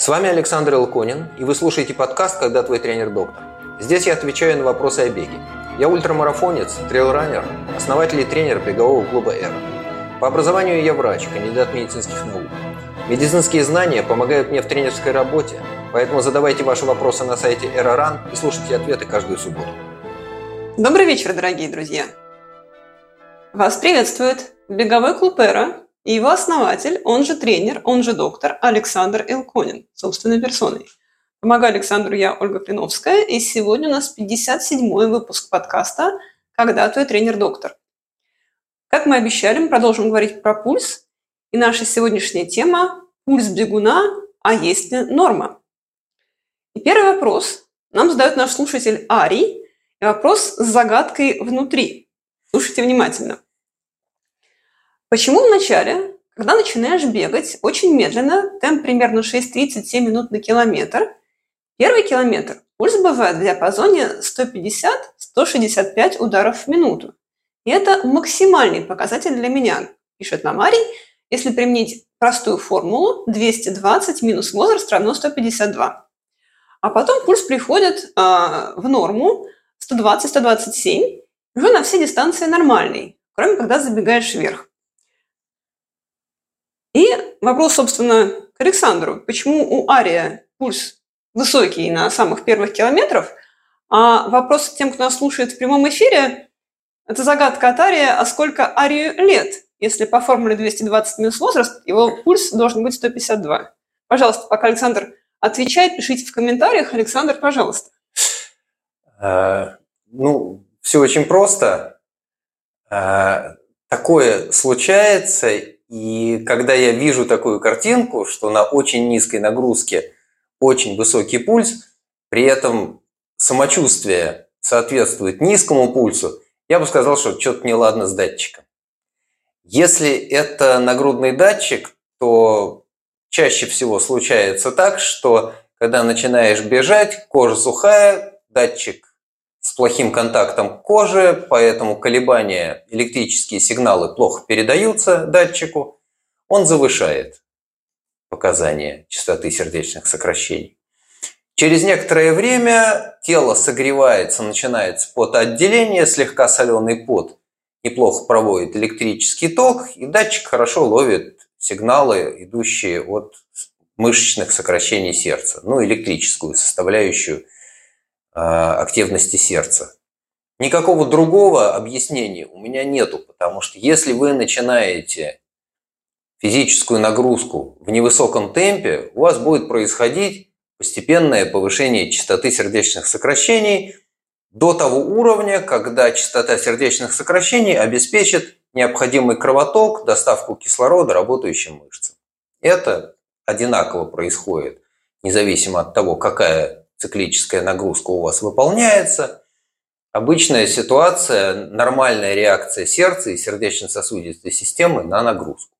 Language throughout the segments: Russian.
С вами Александр Илконин, и вы слушаете подкаст «Когда твой тренер доктор». Здесь я отвечаю на вопросы о беге. Я ультрамарафонец, трейлранер, основатель и тренер бегового клуба «Эра». По образованию я врач, кандидат медицинских наук. Медицинские знания помогают мне в тренерской работе, поэтому задавайте ваши вопросы на сайте «Эра.Ран» и слушайте ответы каждую субботу. Добрый вечер, дорогие друзья! Вас приветствует беговой клуб «Эра» и его основатель, он же тренер, он же доктор Александр Илконин, собственной персоной. Помогаю Александру я, Ольга Клиновская, и сегодня у нас 57-й выпуск подкаста «Когда твой тренер доктор». Как мы обещали, мы продолжим говорить про пульс, и наша сегодняшняя тема – пульс бегуна, а есть ли норма? И первый вопрос нам задает наш слушатель Арий, и вопрос с загадкой внутри. Слушайте внимательно. Почему в начале, когда начинаешь бегать очень медленно, темп примерно 6:37 минут на километр, первый километр пульс бывает в диапазоне 150-165 ударов в минуту? И это максимальный показатель для меня, пишет нам Арий, если применить простую формулу 220 минус возраст равно 152. А потом пульс приходит в норму 120-127, уже на все дистанции нормальный, кроме когда забегаешь вверх. И вопрос, собственно, к Александру. Почему у Ария пульс высокий на самых первых километрах, а вопрос к тем, кто нас слушает в прямом эфире, это загадка от Ария, а сколько Арию лет, если по формуле 220 минус возраст, его пульс должен быть 152. Пожалуйста, пока Александр отвечает, пишите в комментариях. Александр, пожалуйста. Все очень просто. Такое случается, и когда я вижу такую картинку, что на очень низкой нагрузке очень высокий пульс, при этом самочувствие соответствует низкому пульсу, я бы сказал, что что-то неладно с датчиком. Если это нагрудный датчик, то чаще всего случается так, что когда начинаешь бежать, кожа сухая, датчик с плохим контактом к коже, поэтому колебания, электрические сигналы плохо передаются датчику, он завышает показания частоты сердечных сокращений. Через некоторое время тело согревается, начинается потоотделение, слегка соленый пот неплохо проводит электрический ток, и датчик хорошо ловит сигналы, идущие от мышечных сокращений сердца, электрическую составляющую активности сердца. Никакого другого объяснения у меня нету, потому что если вы начинаете физическую нагрузку в невысоком темпе, у вас будет происходить постепенное повышение частоты сердечных сокращений до того уровня, когда частота сердечных сокращений обеспечит необходимый кровоток, доставку кислорода работающим мышцам. Это одинаково происходит, независимо от того, какая циклическая нагрузка у вас выполняется. Обычная ситуация, нормальная реакция сердца и сердечно-сосудистой системы на нагрузку.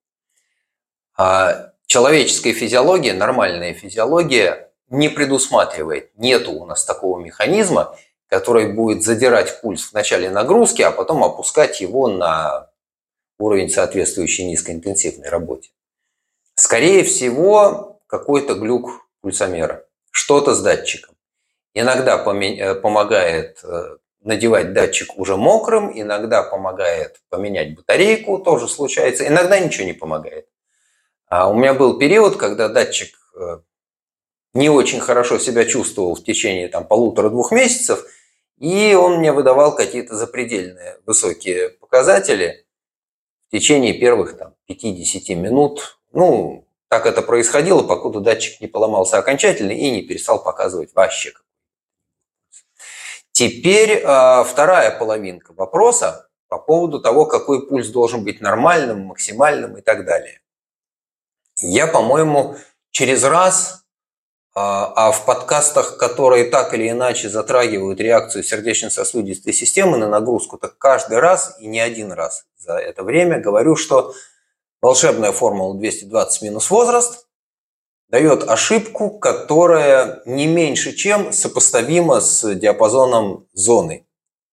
А человеческая физиология, нормальная физиология не предусматривает, нету у нас такого механизма, который будет задирать пульс в начале нагрузки, а потом опускать его на уровень, соответствующий низкоинтенсивной работе. Скорее всего, какой-то глюк пульсомера. Что-то с датчиком. Иногда помогает надевать датчик уже мокрым, иногда помогает поменять батарейку, тоже случается, иногда ничего не помогает. У меня был период, когда датчик не очень хорошо себя чувствовал в течение 1,5-2 месяцев, и он мне выдавал какие-то запредельные высокие показатели в течение первых 5-10 минут. Так это происходило, покуда датчик не поломался окончательно и не перестал показывать вообще. Теперь вторая половинка вопроса по поводу того, какой пульс должен быть нормальным, максимальным и так далее. Я, по-моему, через раз, а в подкастах, которые так или иначе затрагивают реакцию сердечно-сосудистой системы на нагрузку, так каждый раз и не один раз за это время говорю, что волшебная формула 220 минус возраст дает ошибку, которая не меньше, чем сопоставима с диапазоном зоны.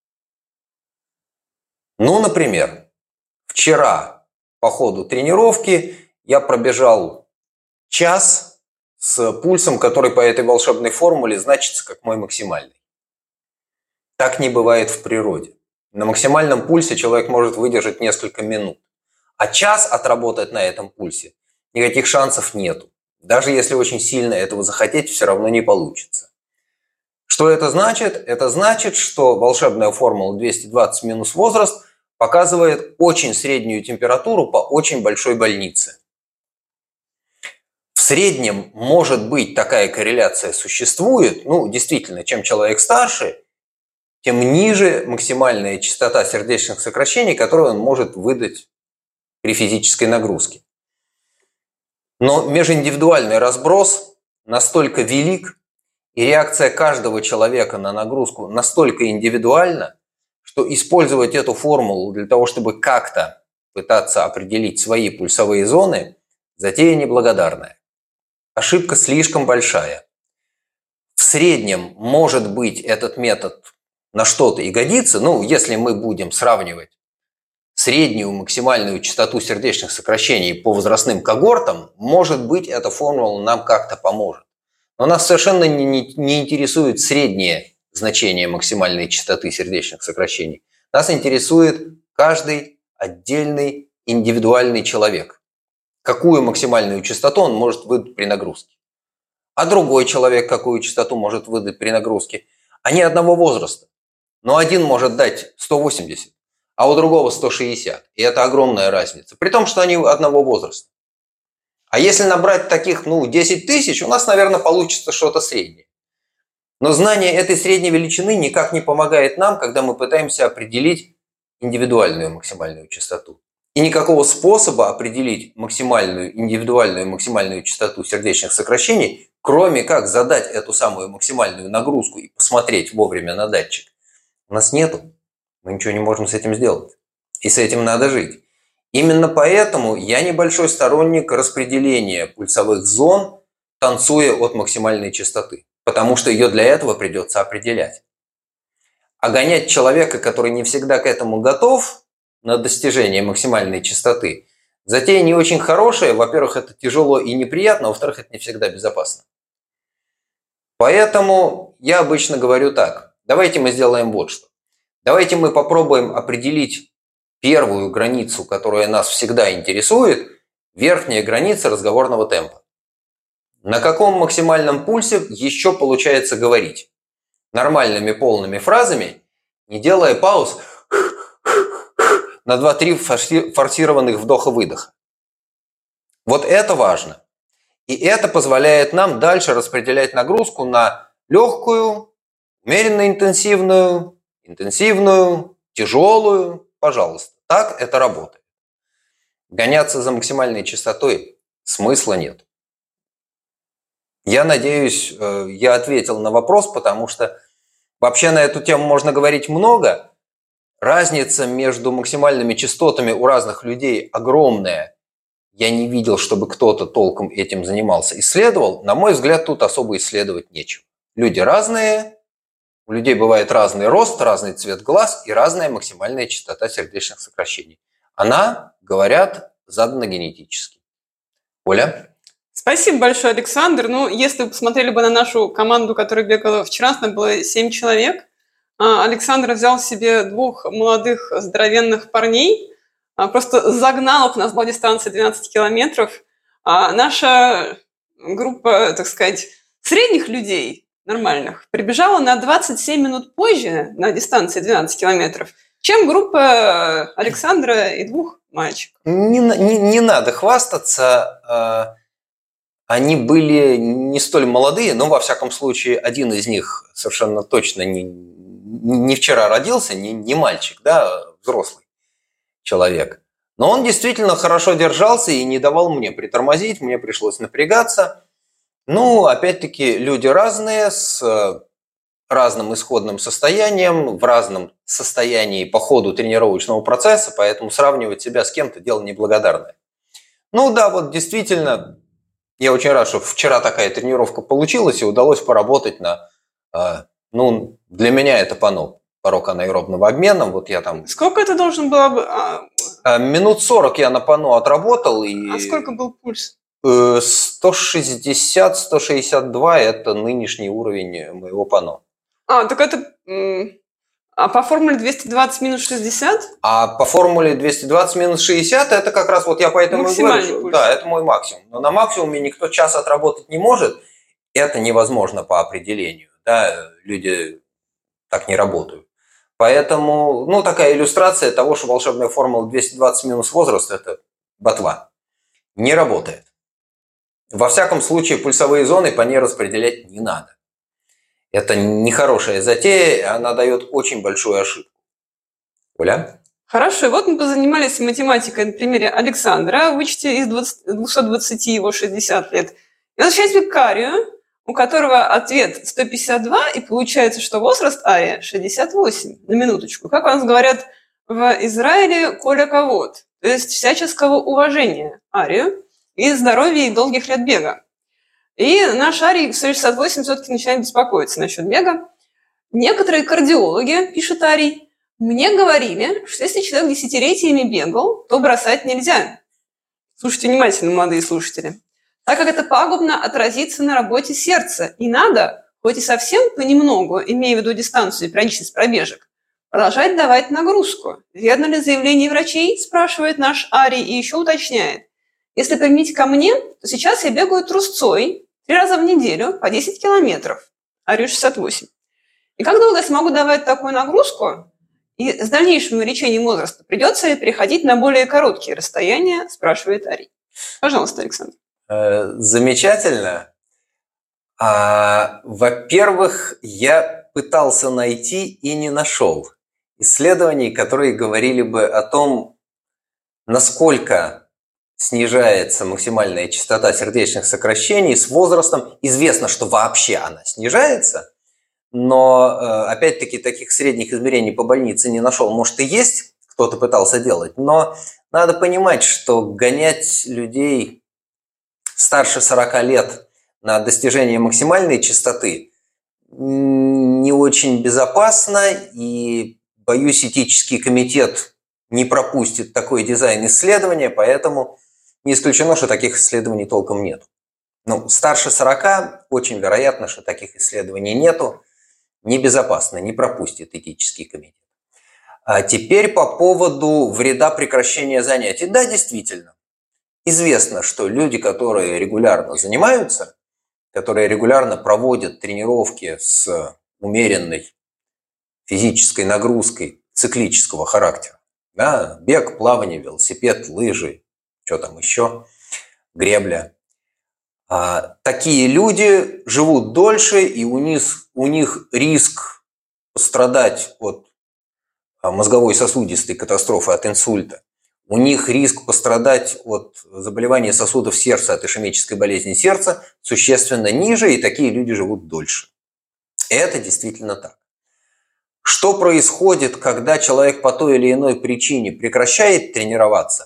Например, вчера по ходу тренировки я пробежал час с пульсом, который по этой волшебной формуле значится как мой максимальный. Так не бывает в природе. На максимальном пульсе человек может выдержать несколько минут, а час отработать на этом пульсе никаких шансов нету. Даже если очень сильно этого захотеть, все равно не получится. Что это значит? Это значит, что волшебная формула 220 минус возраст показывает очень среднюю температуру по очень большой больнице. В среднем, может быть, такая корреляция существует. Действительно, чем человек старше, тем ниже максимальная частота сердечных сокращений, которую он может выдать при физической нагрузке. Но межиндивидуальный разброс настолько велик, и реакция каждого человека на нагрузку настолько индивидуальна, что использовать эту формулу для того, чтобы как-то пытаться определить свои пульсовые зоны, затея неблагодарная. Ошибка слишком большая. В среднем, может быть, этот метод на что-то и годится, если мы будем сравнивать среднюю максимальную частоту сердечных сокращений по возрастным когортам, может быть, эта формула нам как-то поможет. Но нас совершенно не интересует среднее значение максимальной частоты сердечных сокращений. Нас интересует каждый отдельный индивидуальный человек. Какую максимальную частоту он может выдать при нагрузке. А другой человек какую частоту может выдать при нагрузке. Они одного возраста. Но один может дать 180, а у другого 160. И это огромная разница. При том, что они одного возраста. А если набрать таких, 10 тысяч, у нас, наверное, получится что-то среднее. Но знание этой средней величины никак не помогает нам, когда мы пытаемся определить индивидуальную максимальную частоту. И никакого способа определить индивидуальную максимальную частоту сердечных сокращений, кроме как задать эту самую максимальную нагрузку и посмотреть вовремя на датчик, у нас нету. Мы ничего не можем с этим сделать. И с этим надо жить. Именно поэтому я небольшой сторонник распределения пульсовых зон, танцуя от максимальной частоты. Потому что ее для этого придется определять. А гонять человека, который не всегда к этому готов, на достижение максимальной частоты, затея не очень хорошая. Во-первых, это тяжело и неприятно, во-вторых, это не всегда безопасно. Поэтому я обычно говорю так. Давайте мы сделаем вот что. Давайте мы попробуем определить первую границу, которая нас всегда интересует, верхняя граница разговорного темпа. На каком максимальном пульсе еще получается говорить? Нормальными полными фразами, не делая пауз на 2-3 форсированных вдоха-выдоха. Вот это важно. И это позволяет нам дальше распределять нагрузку на легкую, умеренно интенсивную, тяжелую. Пожалуйста, так это работает. Гоняться за максимальной частотой смысла нет. Я надеюсь, я ответил на вопрос, потому что вообще на эту тему можно говорить много. Разница между максимальными частотами у разных людей огромная. Я не видел, чтобы кто-то толком этим занимался, исследовал. На мой взгляд, тут особо исследовать нечего. Люди разные, у людей бывает разный рост, разный цвет глаз и разная максимальная частота сердечных сокращений. Она, говорят, задана генетически. Оля? Спасибо большое, Александр. Если вы посмотрели бы на нашу команду, которая бегала вчера, нас было 7 человек. Александр взял себе 2 молодых здоровенных парней, просто загнал их, у нас была дистанция 12 километров. Наша группа, так сказать, средних людей, нормальных, прибежала на 27 минут позже на дистанции 12 километров, чем группа Александра и 2 мальчиков. Не надо хвастаться. Они были не столь молодые, но, во всяком случае, один из них совершенно точно не вчера родился, не мальчик, да, взрослый человек. Но он действительно хорошо держался и не давал мне притормозить, мне пришлось напрягаться. Опять-таки, люди разные, с разным исходным состоянием, в разном состоянии по ходу тренировочного процесса, поэтому сравнивать себя с кем-то дело неблагодарное. Действительно, я очень рад, что вчера такая тренировка получилась и удалось поработать на, для меня это порог анаэробного обмена. Сколько это должен было бы? Минут 40 я на пано отработал. А сколько был пульс? 160-162 – это нынешний уровень моего пано. Так это... А по формуле 220 минус 60? А по формуле 220 минус 60 это как раз вот я поэтому и говорю, пульс. Да, это мой максимум. Но на максимуме никто час отработать не может. Это невозможно по определению. Да, люди так не работают. Поэтому, такая иллюстрация того, что волшебная формула 220 минус возраст – это ботва. Не работает. Во всяком случае, пульсовые зоны по ней распределять не надо. Это нехорошая затея, она дает очень большую ошибку. Оля? Хорошо, и вот мы позанимались математикой на примере Александра, вычте из 220 его 60 лет. И возвращаясь к Арию, у которого ответ 152, и получается, что возраст Ария 68, на минуточку. Как у нас говорят в Израиле, коля ковод, то есть всяческого уважения Арию и здоровья и долгих лет бега. И наш Арий в 168 все-таки начинает беспокоиться насчет бега. Некоторые кардиологи, пишет Арий, мне говорили, что если человек десятилетиями бегал, то бросать нельзя. Слушайте внимательно, молодые слушатели. Так как это пагубно отразится на работе сердца. И надо, хоть и совсем понемногу, имея в виду дистанцию и периодичность пробежек, продолжать давать нагрузку. Верно ли заявление врачей, спрашивает наш Арий и еще уточняет. Если применить ко мне, то сейчас я бегаю трусцой 3 раза в неделю по 10 километров. Арию 68. И как долго я смогу давать такую нагрузку? И с дальнейшим увеличением возраста придется ли переходить на более короткие расстояния, спрашивает Арий. Пожалуйста, Александр. Замечательно. Во-первых, я пытался найти и не нашел исследований, которые говорили бы о том, насколько снижается максимальная частота сердечных сокращений с возрастом. Известно, что вообще она снижается, но, опять-таки, таких средних измерений по больнице не нашел. Может, и есть, кто-то пытался делать, но надо понимать, что гонять людей старше 40 лет на достижение максимальной частоты не очень безопасно, и, боюсь, этический комитет не пропустит такой дизайн исследования, поэтому не исключено, что таких исследований толком нет. Старше 40 очень вероятно, что таких исследований нету. Небезопасно, не пропустит этический комитет. А теперь по поводу вреда прекращения занятий. Да, действительно. Известно, что люди, которые регулярно занимаются, которые регулярно проводят тренировки с умеренной физической нагрузкой циклического характера, да, бег, плавание, велосипед, лыжи, что там еще, гребля. Такие люди живут дольше, и у них риск пострадать от мозговой сосудистой катастрофы, от инсульта. У них риск пострадать от заболевания сосудов сердца, от ишемической болезни сердца существенно ниже, и такие люди живут дольше. Это действительно так. Что происходит, когда человек по той или иной причине прекращает тренироваться?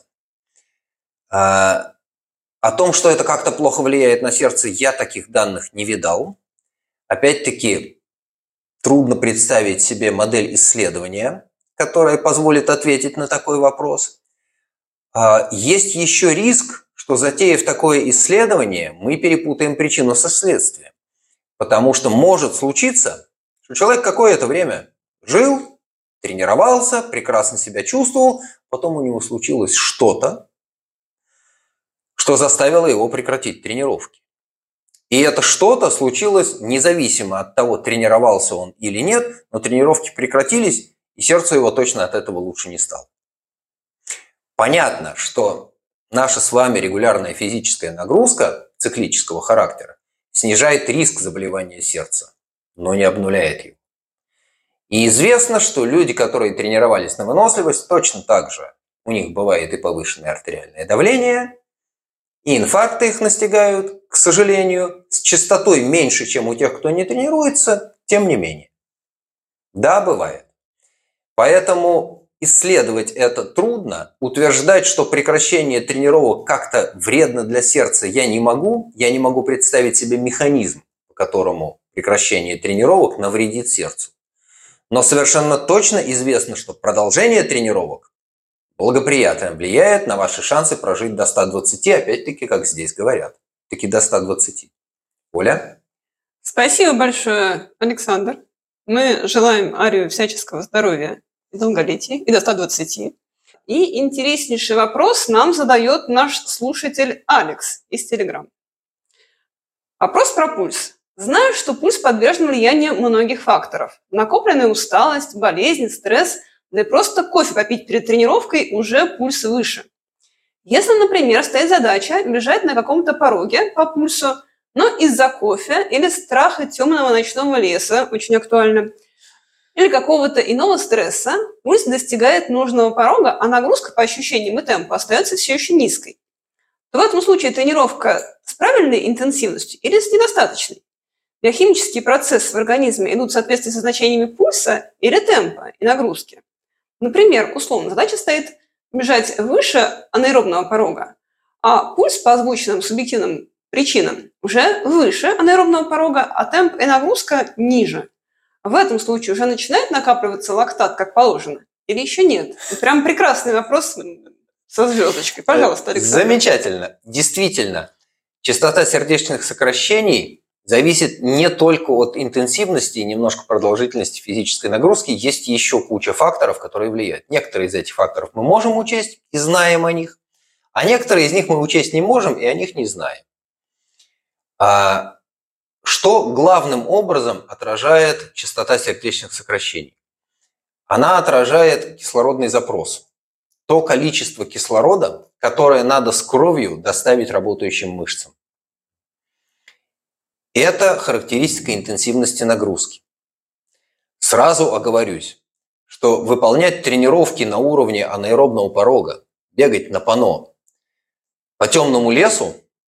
О том, что это как-то плохо влияет на сердце, я таких данных не видал. Опять-таки, трудно представить себе модель исследования, которая позволит ответить на такой вопрос. Есть еще риск, что, затеяв такое исследование, мы перепутаем причину со следствием. Потому что может случиться, что человек какое-то время жил, тренировался, прекрасно себя чувствовал, потом у него случилось что-то, что заставило его прекратить тренировки. И это что-то случилось независимо от того, тренировался он или нет, но тренировки прекратились, и сердце его точно от этого лучше не стало. Понятно, что наша с вами регулярная физическая нагрузка циклического характера снижает риск заболевания сердца, но не обнуляет его. И известно, что люди, которые тренировались на выносливость, точно так же у них бывает и повышенное артериальное давление, и инфаркты их настигают, к сожалению, с частотой меньше, чем у тех, кто не тренируется, тем не менее. Да, бывает. Поэтому исследовать это трудно. Утверждать, что прекращение тренировок как-то вредно для сердца, я не могу. Я не могу представить себе механизм, по которому прекращение тренировок навредит сердцу. Но совершенно точно известно, что продолжение тренировок благоприятно влияет на ваши шансы прожить до 120, опять-таки, как здесь говорят. Таки до 120. Оля? Спасибо большое, Александр. Мы желаем Арию всяческого здоровья и долголетия, и до 120. И интереснейший вопрос нам задает наш слушатель Алекс из Телеграм. Вопрос про пульс. Знаю, что пульс подвержен влиянию многих факторов. Накопленная усталость, болезнь, стресс, да и просто кофе попить перед тренировкой уже пульс выше. Если, например, стоит задача бежать на каком-то пороге по пульсу, но из-за кофе или страха темного ночного леса, очень актуально, или какого-то иного стресса, пульс достигает нужного порога, а нагрузка по ощущениям и темпу остается все еще низкой, то в этом случае тренировка с правильной интенсивностью или с недостаточной? Биохимические процессы в организме идут в соответствии со значениями пульса или темпа и нагрузки. Например, условно, задача стоит бежать выше анаэробного порога, а пульс по озвученным субъективным причинам уже выше анаэробного порога, а темп и нагрузка ниже. В этом случае уже начинает накапливаться лактат, как положено, или еще нет? Прям прекрасный вопрос со звездочкой. Пожалуйста, Александр. Замечательно. Действительно, частота сердечных сокращений зависит не только от интенсивности и немножко продолжительности физической нагрузки, есть еще куча факторов, которые влияют. Некоторые из этих факторов мы можем учесть и знаем о них, а некоторые из них мы учесть не можем и о них не знаем. Что главным образом отражает частота сердечных сокращений? Она отражает кислородный запрос. То количество кислорода, которое надо с кровью доставить работающим мышцам. Это характеристика интенсивности нагрузки. Сразу оговорюсь, что выполнять тренировки на уровне анаэробного порога, бегать на пано по темному лесу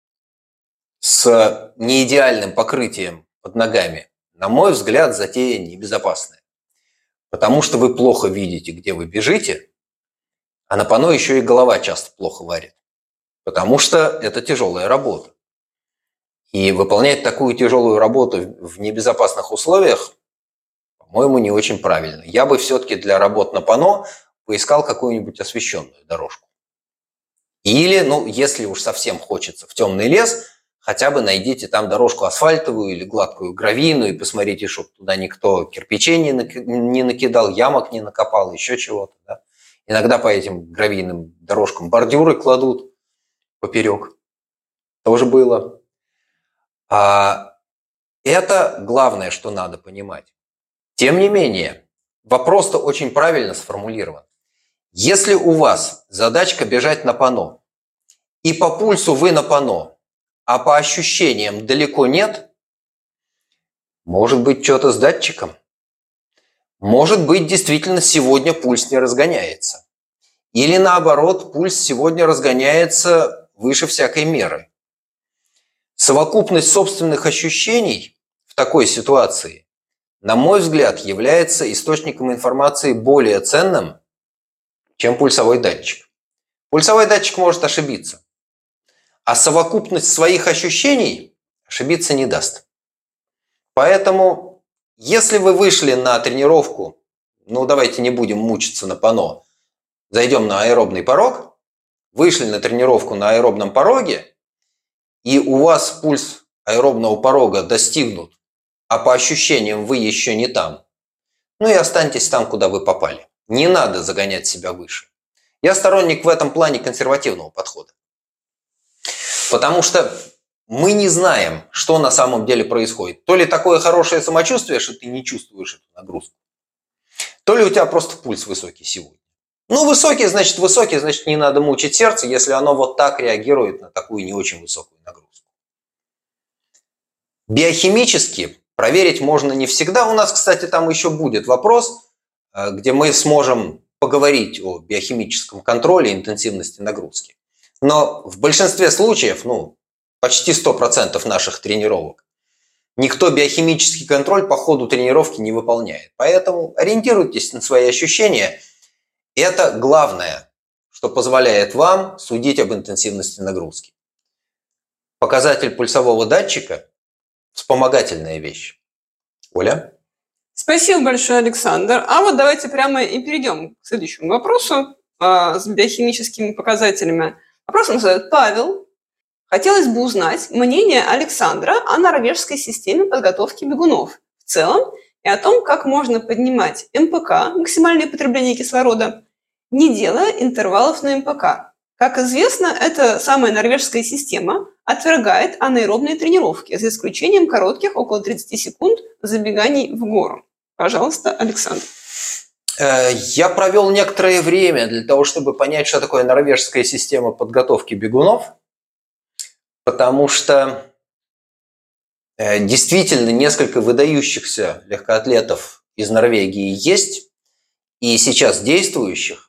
с неидеальным покрытием под ногами, на мой взгляд, затея небезопасная. Потому что вы плохо видите, где вы бежите, а на пано еще и голова часто плохо варит. Потому что это тяжелая работа. И выполнять такую тяжелую работу в небезопасных условиях, по-моему, не очень правильно. Я бы все-таки для работ на пано поискал какую-нибудь освещенную дорожку. Или, если уж совсем хочется в темный лес, хотя бы найдите там дорожку асфальтовую или гладкую гравийную и посмотрите, чтобы туда никто кирпичей не накидал, ямок не накопал, еще чего-то. Да? Иногда по этим гравийным дорожкам бордюры кладут поперек. Тоже было. Это главное, что надо понимать. Тем не менее, вопрос-то очень правильно сформулирован. Если у вас задачка бежать на пано, и по пульсу вы на пано, а по ощущениям далеко нет, может быть, что-то с датчиком. Может быть, действительно сегодня пульс не разгоняется. Или наоборот, пульс сегодня разгоняется выше всякой меры. Совокупность собственных ощущений в такой ситуации, на мой взгляд, является источником информации более ценным, чем пульсовой датчик. Пульсовой датчик может ошибиться, а совокупность своих ощущений ошибиться не даст. Поэтому, если вы вышли на тренировку, давайте не будем мучиться на пано, зайдем на аэробный порог, вышли на тренировку на аэробном пороге, и у вас пульс аэробного порога достигнут, а по ощущениям вы еще не там, и останьтесь там, куда вы попали. Не надо загонять себя выше. Я сторонник в этом плане консервативного подхода. Потому что мы не знаем, что на самом деле происходит. То ли такое хорошее самочувствие, что ты не чувствуешь эту нагрузку, то ли у тебя просто пульс высокий сегодня. Высокий, значит не надо мучить сердце, если оно вот так реагирует на такую не очень высокую нагрузку. Биохимически проверить можно не всегда. У нас, кстати, там еще будет вопрос, где мы сможем поговорить о биохимическом контроле интенсивности нагрузки. Но в большинстве случаев, почти 100% наших тренировок, никто биохимический контроль по ходу тренировки не выполняет. Поэтому ориентируйтесь на свои ощущения. Это главное, что позволяет вам судить об интенсивности нагрузки. Показатель пульсового датчика – вспомогательная вещь. Оля? Спасибо большое, Александр. А вот давайте прямо и перейдем к следующему вопросу. с биохимическими показателями. Вопрос нам задает Павел. Хотелось бы узнать мнение Александра о норвежской системе подготовки бегунов в целом и о том, как можно поднимать МПК, максимальное потребление кислорода, не делая интервалов на МПК. Как известно, эта самая норвежская система отвергает анаэробные тренировки, за исключением коротких, около 30 секунд, забеганий в гору. Пожалуйста, Александр. Я провел некоторое время для того, чтобы понять, что такое норвежская система подготовки бегунов, потому что действительно несколько выдающихся легкоатлетов из Норвегии есть, и сейчас действующих,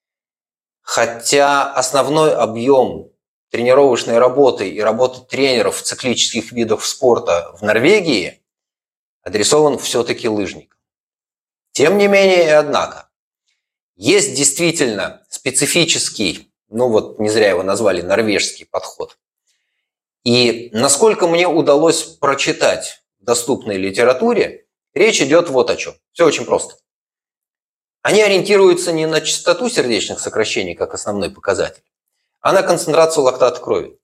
хотя основной объем тренировочной работы и работы тренеров в циклических видах спорта в Норвегии адресован все-таки лыжникам. Тем не менее и однако, есть действительно специфический, не зря его назвали норвежский подход. И насколько мне удалось прочитать в доступной литературе, речь идет вот о чем. Все очень просто. Они ориентируются не на частоту сердечных сокращений как основной показатель, а на концентрацию лактата крови.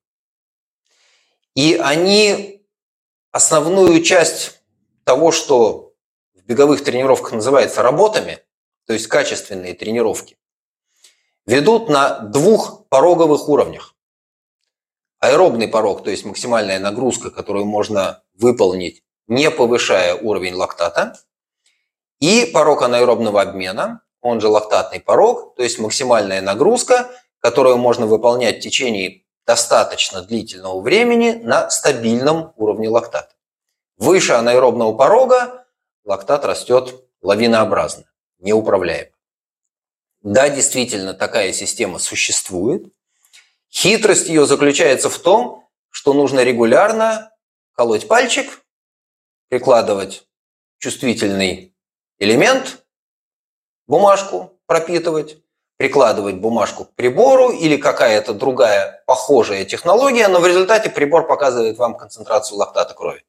И они основную часть того, что в беговых тренировках называется работами, то есть качественные тренировки, ведут на 2 пороговых уровнях. Аэробный порог, то есть максимальная нагрузка, которую можно выполнить, не повышая уровень лактата, и порог анаэробного обмена, он же лактатный порог, то есть максимальная нагрузка, которую можно выполнять в течение достаточно длительного времени на стабильном уровне лактата. Выше анаэробного порога лактат растет лавинообразно, неуправляемо. Да, действительно, такая система существует. Хитрость ее заключается в том, что нужно регулярно колоть пальчик, прикладывать чувствительный элемент, бумажку пропитывать, прикладывать бумажку к прибору или какая-то другая похожая технология, но в результате прибор показывает вам концентрацию лактата крови.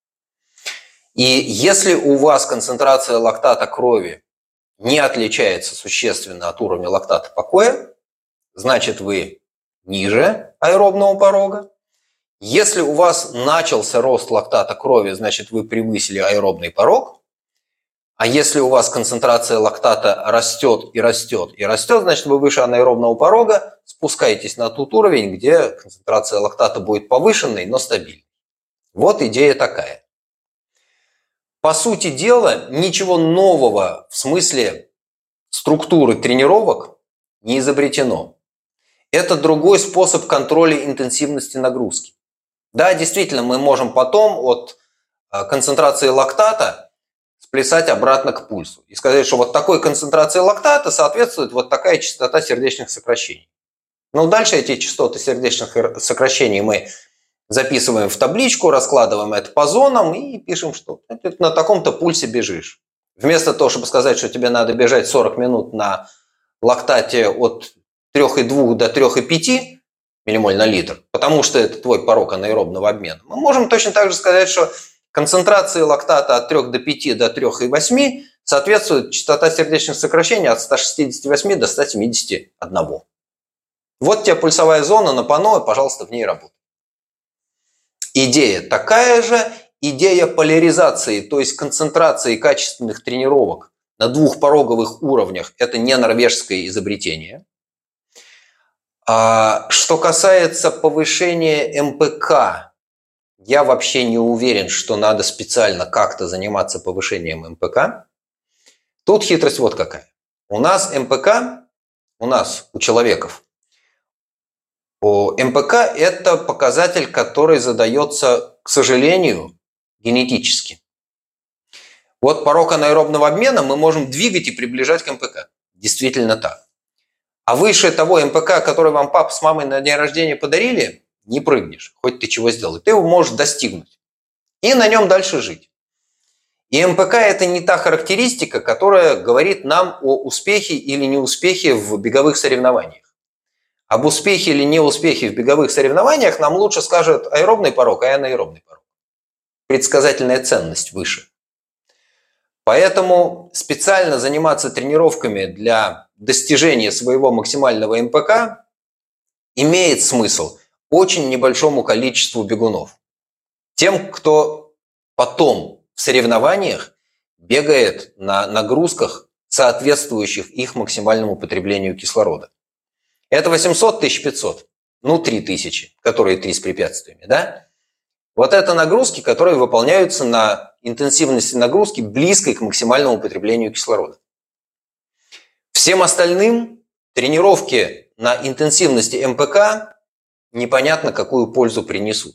И если у вас концентрация лактата крови не отличается существенно от уровня лактата покоя, значит вы ниже аэробного порога. Если у вас начался рост лактата крови, значит вы превысили аэробный порог. А если у вас концентрация лактата растет и растет и растет, значит вы выше анаэробного порога спускаетесь на тот уровень, где концентрация лактата будет повышенной, но стабильной. Вот идея такая. По сути дела, ничего нового в смысле структуры тренировок не изобретено. Это другой способ контроля интенсивности нагрузки. Да, действительно, мы можем потом от концентрации лактата сплясать обратно к пульсу и сказать, что вот такой концентрации лактата соответствует вот такая частота сердечных сокращений. Но дальше эти частоты сердечных сокращений мы записываем в табличку, раскладываем это по зонам и пишем, что ты на таком-то пульсе бежишь. Вместо того, чтобы сказать, что тебе надо бежать 40 минут на лактате от 3,2 до 3,5 миллимоль на литр, потому что это твой порог анаэробного обмена, мы можем точно так же сказать, что концентрации лактата от 3 до 5 до 3,8 соответствует частота сердечных сокращений от 168 до 171. Вот тебе пульсовая зона на панно, и, пожалуйста, в ней работай. Идея такая же, идея поляризации, то есть концентрации качественных тренировок на 2 пороговых уровнях – это не норвежское изобретение. Что касается повышения МПК, я вообще не уверен, что надо специально как-то заниматься повышением МПК. Тут хитрость вот какая. У нас МПК, у человеков, МПК – это показатель, который задается, к сожалению, генетически. Вот порог анаэробного обмена мы можем двигать и приближать к МПК. Действительно так. А выше того МПК, который вам папа с мамой на день рождения подарили, не прыгнешь, хоть ты чего сделай. Ты его можешь достигнуть и на нем дальше жить. И МПК – это не та характеристика, которая говорит нам о успехе или неуспехе в беговых соревнованиях. Об успехе или неуспехе в беговых соревнованиях нам лучше скажет аэробный порог и анаэробный порог. Предсказательная ценность выше. Поэтому специально заниматься тренировками для достижения своего максимального МПК имеет смысл очень небольшому количеству бегунов. Тем, кто потом в соревнованиях бегает на нагрузках, соответствующих их максимальному потреблению кислорода. Это 800, 1500, 3000, которые 3 с препятствиями, да? Вот это нагрузки, которые выполняются на интенсивности нагрузки, близкой к максимальному потреблению кислорода. Всем остальным тренировки на интенсивности МПК непонятно, какую пользу принесут.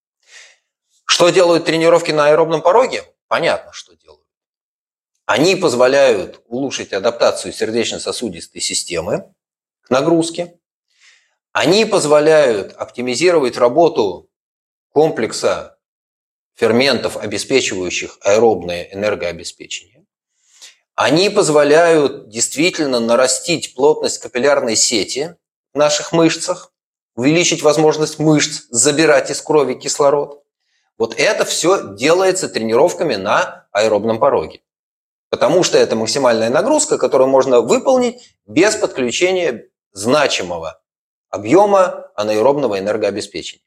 Что делают тренировки на аэробном пороге? Понятно, что делают. Они позволяют улучшить адаптацию сердечно-сосудистой системы к нагрузке. Они позволяют оптимизировать работу комплекса ферментов, обеспечивающих аэробное энергообеспечение. Они позволяют действительно нарастить плотность капиллярной сети в наших мышцах, увеличить возможность мышц забирать из крови кислород. Вот это все делается тренировками на аэробном пороге. Потому что это максимальная нагрузка, которую можно выполнить без подключения значимого объема анаэробного энергообеспечения.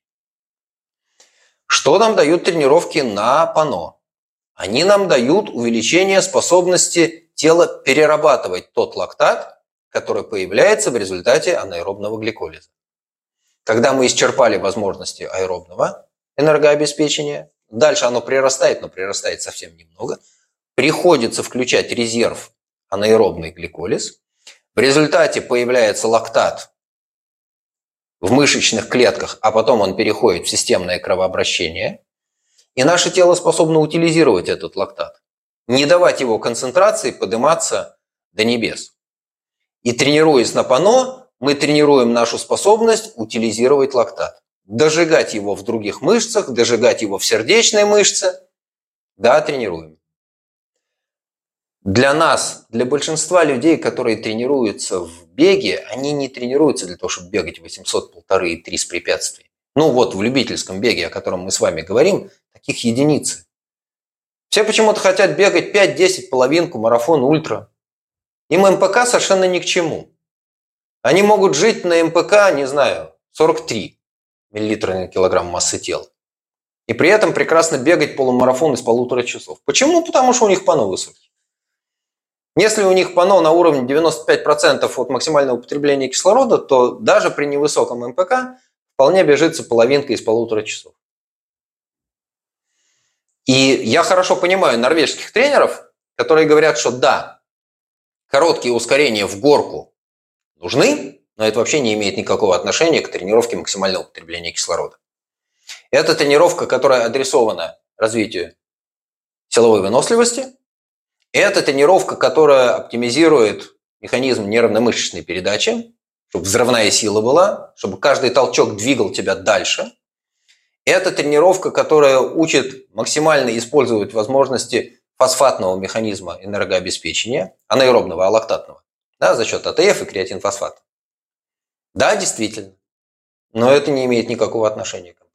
Что нам дают тренировки на ПАНО? Они нам дают увеличение способности тела перерабатывать тот лактат, который появляется в результате анаэробного гликолиза. Когда мы исчерпали возможности аэробного энергообеспечения, дальше оно прирастает, но прирастает совсем немного, приходится включать резерв анаэробный гликолиз. В результате появляется лактат в мышечных клетках, а потом он переходит в системное кровообращение. И наше тело способно утилизировать этот лактат, не давать его концентрации подниматься до небес. И тренируясь на ПАНО, мы тренируем нашу способность утилизировать лактат, дожигать его в других мышцах, дожигать его в сердечной мышце. Да, тренируем. Для нас, для большинства людей, которые тренируются в беге, они не тренируются для того, чтобы бегать 800, 1,5 и 3 с препятствий. В любительском беге, о котором мы с вами говорим, таких единицы. Все почему-то хотят бегать 5-10, половинку, марафон, ультра. Им МПК совершенно ни к чему. Они могут жить на МПК, 43 мл на килограмм массы тела. И при этом прекрасно бегать полумарафон из 1,5 часов. Почему? Потому что у них ПАНО высокий. Если у них ПАНО на уровне 95% от максимального потребления кислорода, то даже при невысоком МПК вполне бежится половинка из 1,5 часов. И я хорошо понимаю норвежских тренеров, которые говорят, что да, короткие ускорения в горку нужны, но это вообще не имеет никакого отношения к тренировке максимального потребления кислорода. Это тренировка, которая адресована развитию силовой выносливости. Это тренировка, которая оптимизирует механизм нервно-мышечной передачи, чтобы взрывная сила была, чтобы каждый толчок двигал тебя дальше. Это тренировка, которая учит максимально использовать возможности фосфатного механизма энергообеспечения, анаэробного, а лактатного, за счет АТФ и креатинфосфата. Да, действительно. Но это не имеет никакого отношения к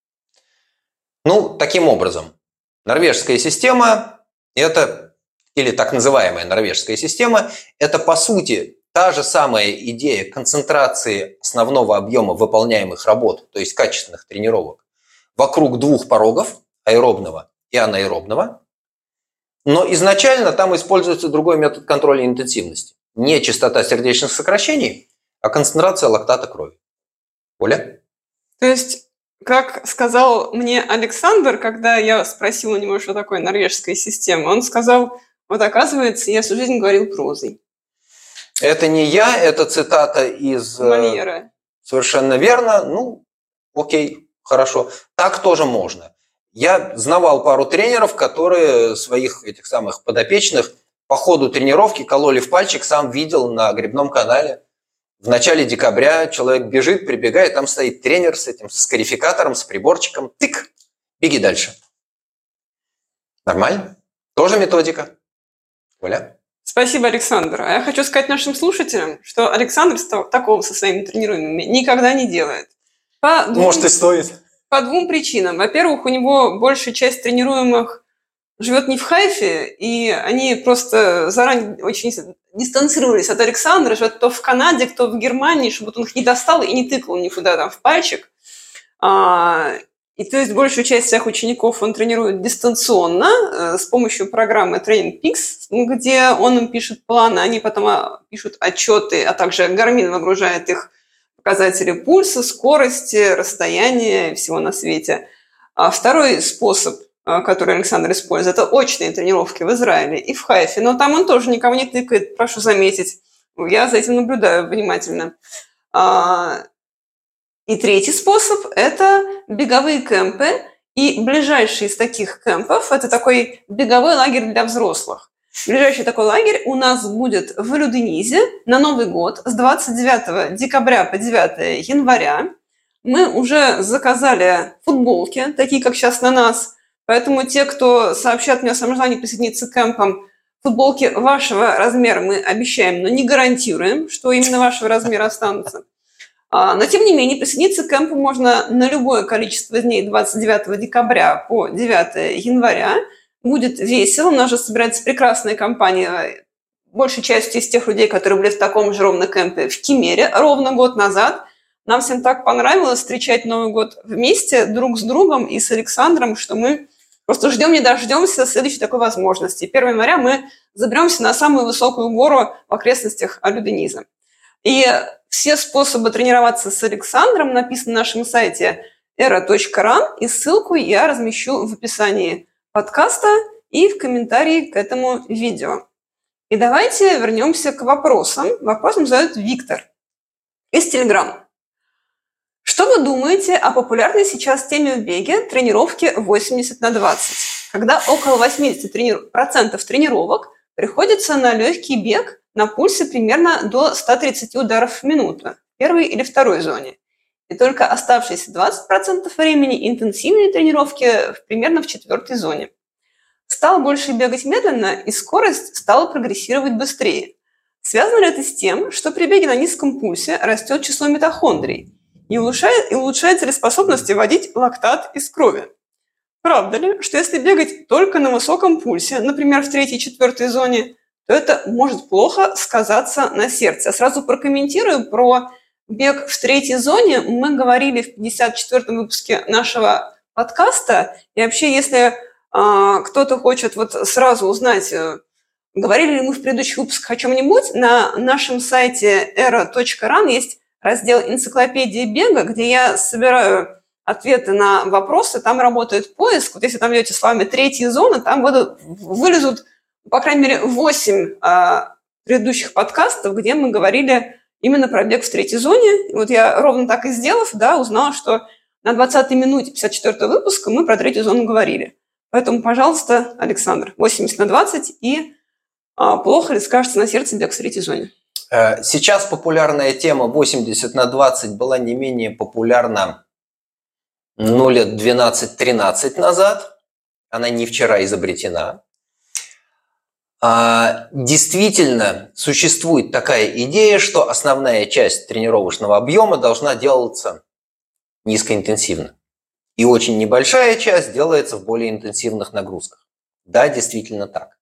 МПК. Таким образом, норвежская система – это, или так называемая норвежская система, это по сути та же самая идея концентрации основного объема выполняемых работ, то есть качественных тренировок, вокруг двух порогов, аэробного и анаэробного. Но изначально там используется другой метод контроля интенсивности. Не частота сердечных сокращений, а концентрация лактата крови. Оля? То есть, как сказал мне Александр, когда я спросила у него, что такое норвежская система, он сказал, оказывается, я всю жизнь говорил прозой. Это не я, это цитата из Мольера. Совершенно верно. Окей, хорошо. Так тоже можно. Я знавал пару тренеров, которые своих этих самых подопечных по ходу тренировки кололи в пальчик, сам видел на гребном канале. В начале декабря человек бежит, прибегает, там стоит тренер с этим скарификатором, с приборчиком. Тык, беги дальше. Нормально? Тоже методика. Оля? Спасибо, Александр. А я хочу сказать нашим слушателям, что Александр такого со своими тренируемыми никогда не делает. Может, и стоит. По двум причинам. Во-первых, у него большая часть тренируемых живет не в Хайфе, и они просто заранее очень дистанцировались от Александра, живет кто в Канаде, кто в Германии, чтобы он их не достал и не тыкал никуда там в пальчик. И то есть большую часть своих учеников он тренирует дистанционно с помощью программы Training Peaks, где он им пишет планы, они потом пишут отчеты, а также Garmin выгружает их показатели пульса, скорости, расстояния, всего на свете. Второй способ, который Александр использует, это очные тренировки в Израиле и в Хайфе, но там он тоже никого не тыкает, прошу заметить. Я за этим наблюдаю внимательно. И третий способ – это беговые кемпы. И ближайший из таких кемпов – это такой беговой лагерь для взрослых. Ближайший такой лагерь у нас будет в Люденизе на Новый год с 29 декабря по 9 января. Мы уже заказали футболки, такие, как сейчас на нас. Поэтому те, кто сообщат мне о своем желании присоединиться к кемпам, футболки вашего размера мы обещаем, но не гарантируем, что именно вашего размера останутся. Но, тем не менее, присоединиться к кемпу можно на любое количество дней 29 декабря по 9 января. Будет весело. У нас же собирается прекрасная компания, большей частью из тех людей, которые были в таком же ровно кемпе в Кемере ровно год назад. Нам всем так понравилось встречать Новый год вместе, друг с другом и с Александром, что мы просто ждем не дождемся следующей такой возможности. 1 января мы заберемся на самую высокую гору в окрестностях Людениза. И все способы тренироваться с Александром написаны на нашем сайте era.ran, и ссылку я размещу в описании подкаста и в комментарии к этому видео. И давайте вернемся к вопросам. Вопросом задает Виктор из Телеграм. Что вы думаете о популярной сейчас теме в беге тренировки 80/20, когда около 80% тренировок приходится на легкий бег на пульсе примерно до 130 ударов в минуту в первой или второй зоне. И только оставшиеся 20% времени интенсивные тренировки примерно в четвертой зоне. Стал больше бегать медленно, и скорость стала прогрессировать быстрее. Связано ли это с тем, что при беге на низком пульсе растет число митохондрий и улучшается ли способность выводить лактат из крови? Правда ли, что если бегать только на высоком пульсе, например, в третьей и четвертой зоне, то это может плохо сказаться на сердце? Я сразу прокомментирую про бег в третьей зоне. Мы говорили в 54-м выпуске нашего подкаста. И вообще, если кто-то хочет вот сразу узнать, говорили ли мы в предыдущих выпусках о чем-нибудь, на нашем сайте era.ran есть раздел «Энциклопедия бега», где я собираю ответы на вопросы, там работает поиск. Вот если там введете словами «третья зона», там вылезут, по крайней мере, 8 предыдущих подкастов, где мы говорили именно про бег в третьей зоне. И вот я ровно так и сделав, узнала, что на 20-й минуте 54-го выпуска мы про третью зону говорили. Поэтому, пожалуйста, Александр, 80/20, и плохо ли скажется на сердце бег в третьей зоне? Сейчас популярная тема 80/20 была не менее популярна лет 12-13 назад. Она не вчера изобретена. Действительно, существует такая идея, что основная часть тренировочного объема должна делаться низкоинтенсивно. И очень небольшая часть делается в более интенсивных нагрузках. Да, действительно так.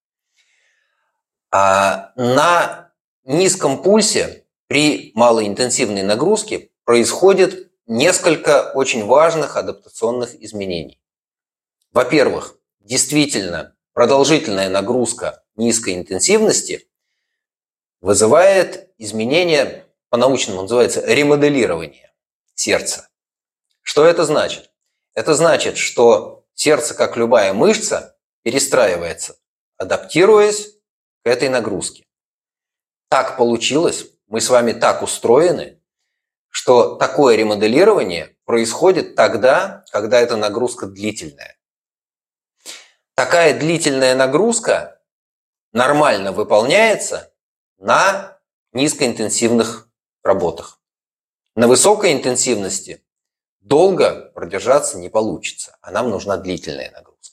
На низком пульсе при малоинтенсивной нагрузке происходит несколько очень важных адаптационных изменений. Во-первых, действительно, продолжительная нагрузка низкой интенсивности вызывает изменения, по-научному называется ремоделирование сердца. Что это значит? Это значит, что сердце, как любая мышца, перестраивается, адаптируясь к этой нагрузке. Так получилось, мы с вами так устроены, что такое ремоделирование происходит тогда, когда эта нагрузка длительная. Такая длительная нагрузка нормально выполняется на низкоинтенсивных работах. На высокой интенсивности долго продержаться не получится, а нам нужна длительная нагрузка.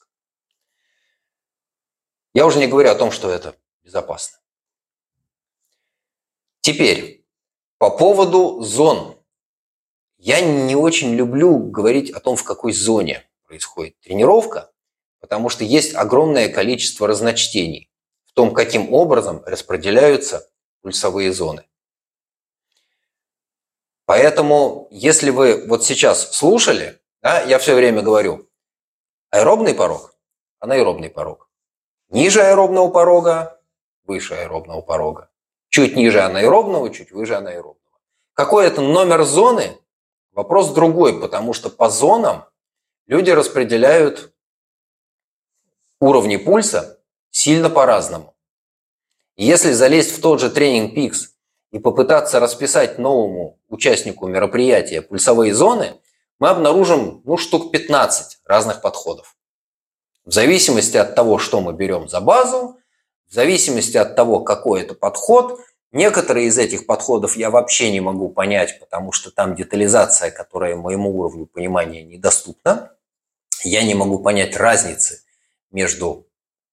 Я уже не говорю о том, что это безопасно. Теперь, по поводу зон. Я не очень люблю говорить о том, в какой зоне происходит тренировка. потому что есть огромное количество разночтений в том, каким образом распределяются пульсовые зоны. Поэтому, если вы вот сейчас слушали, да, я все время говорю, аэробный порог, анаэробный порог. Ниже аэробного порога, выше аэробного порога. Чуть ниже анаэробного, чуть выше анаэробного. Какой это номер зоны? Вопрос другой, потому что по зонам люди распределяют уровни пульса сильно по-разному. Если залезть в тот же тренинг Peaks и попытаться расписать новому участнику мероприятия пульсовые зоны, мы обнаружим штук 15 разных подходов. В зависимости от того, что мы берем за базу, в зависимости от того, какой это подход, некоторые из этих подходов я вообще не могу понять, потому что там детализация, которая моему уровню понимания недоступна. Я не могу понять разницы между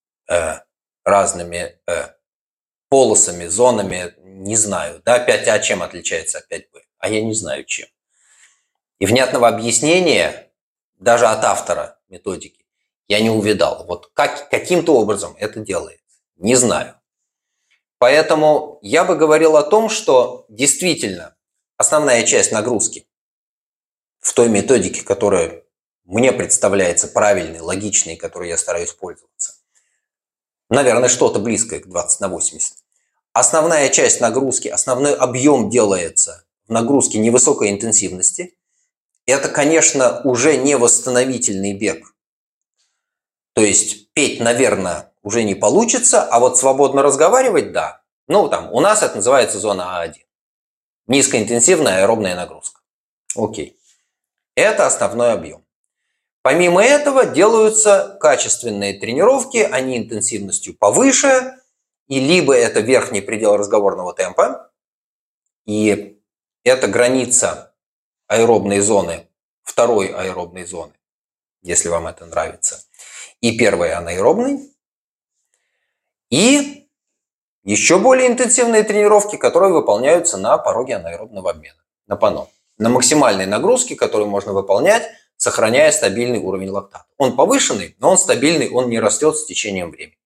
разными полосами, зонами, не знаю. Да, 5А чем отличается от 5Б? А я не знаю чем. И внятного объяснения даже от автора методики я не увидал. Вот каким-то образом это делается. Не знаю. Поэтому я бы говорил о том, что действительно основная часть нагрузки в той методике, которая мне представляется правильной, логичной, которой я стараюсь пользоваться, наверное, что-то близкое к 20/80. Основная часть нагрузки, основной объем делается в нагрузке невысокой интенсивности. Это, конечно, уже не восстановительный бег. То есть петь, наверное, уже не получится, а вот свободно разговаривать – да. У нас это называется зона А1. Низкоинтенсивная аэробная нагрузка. Окей. Это основной объем. Помимо этого делаются качественные тренировки, они интенсивностью повыше, и либо это верхний предел разговорного темпа, и это граница аэробной зоны, второй аэробной зоны, если вам это нравится, и первой анаэробной, и еще более интенсивные тренировки, которые выполняются на пороге анаэробного обмена, на ПАНО, на максимальной нагрузке, которую можно выполнять, сохраняя стабильный уровень лактата. Он повышенный, но он стабильный, он не растет с течением времени.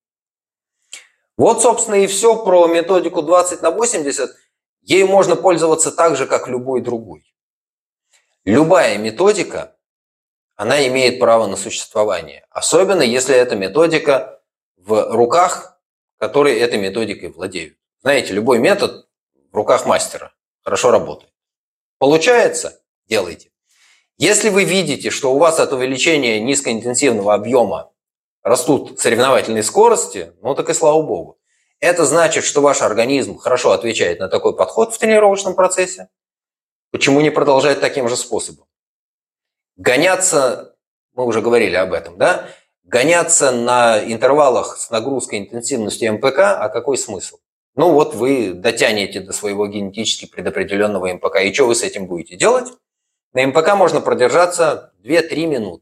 Вот, собственно, и все про методику 20/80. Ей можно пользоваться так же, как любой другой. Любая методика, она имеет право на существование. Особенно, если эта методика в руках, которые этой методикой владеют. Знаете, любой метод в руках мастера хорошо работает. Получается? Делайте. Если вы видите, что у вас от увеличения низкоинтенсивного объема растут соревновательные скорости, так и слава богу. Это значит, что ваш организм хорошо отвечает на такой подход в тренировочном процессе. Почему не продолжать таким же способом? Гоняться, мы уже говорили об этом, да? Гоняться на интервалах с нагрузкой интенсивностью МПК, а какой смысл? Вы дотянете до своего генетически предопределенного МПК, и что вы с этим будете делать? На МПК можно продержаться 2-3 минуты.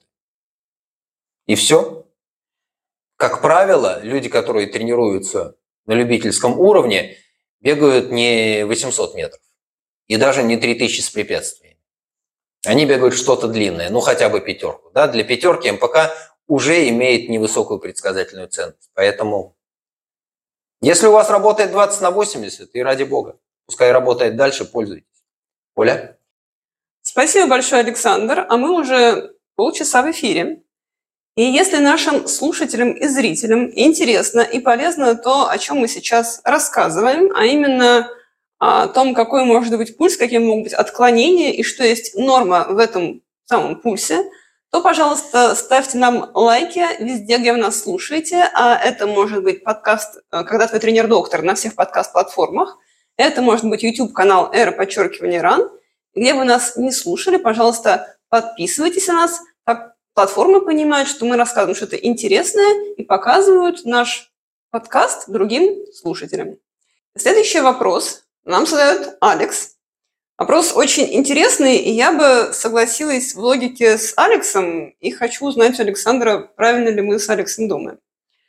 И все. Как правило, люди, которые тренируются на любительском уровне, бегают не 800 метров и даже не 3000 с препятствиями. Они бегают что-то длинное, хотя бы 5. Да? Для 5 МПК уже имеет невысокую предсказательную ценность. Поэтому, если у вас работает 20/80, и ради бога, пускай работает дальше, пользуйтесь. Оля? Спасибо большое, Александр. А мы уже полчаса в эфире. И если нашим слушателям и зрителям интересно и полезно то, о чем мы сейчас рассказываем, а именно о том, какой может быть пульс, какие могут быть отклонения и что есть норма в этом самом пульсе, то, пожалуйста, ставьте нам лайки везде, где вы нас слушаете. А это может быть подкаст «Когда твой тренер-доктор» на всех подкаст-платформах. Это может быть YouTube-канал @RAN. Где вы нас не слушали, пожалуйста, подписывайтесь на нас. Так платформы понимают, что мы рассказываем что-то интересное и показывают наш подкаст другим слушателям. Следующий вопрос нам задает Алекс. Вопрос очень интересный, и я бы согласилась в логике с Алексом, и хочу узнать у Александра, правильно ли мы с Алексом думаем.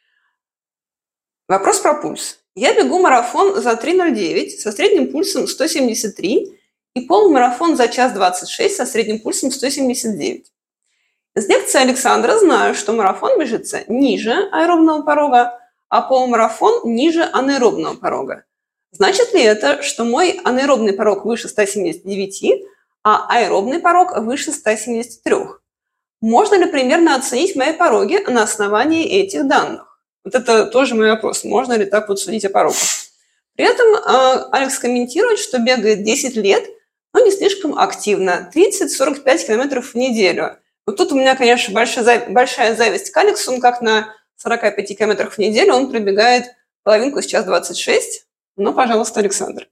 Вопрос про пульс. Я бегу марафон за 3:09 со средним пульсом 173 и полумарафон за 1:26 со средним пульсом 179. Из лекции Александра знаю, что марафон бежится ниже аэробного порога, а полумарафон ниже анаэробного порога. Значит ли это, что мой анаэробный порог выше 179, а аэробный порог выше 173? Можно ли примерно оценить мои пороги на основании этих данных? Вот это тоже мой вопрос. Можно ли так вот судить о порогах? При этом Алекс комментирует, что бегает 10 лет, но не слишком активно. 30-45 километров в неделю. Вот тут у меня, конечно, большая зависть к Алексу. Он как на 45 километрах в неделю он пробегает половинку сейчас 26. Ну, пожалуйста, Александр.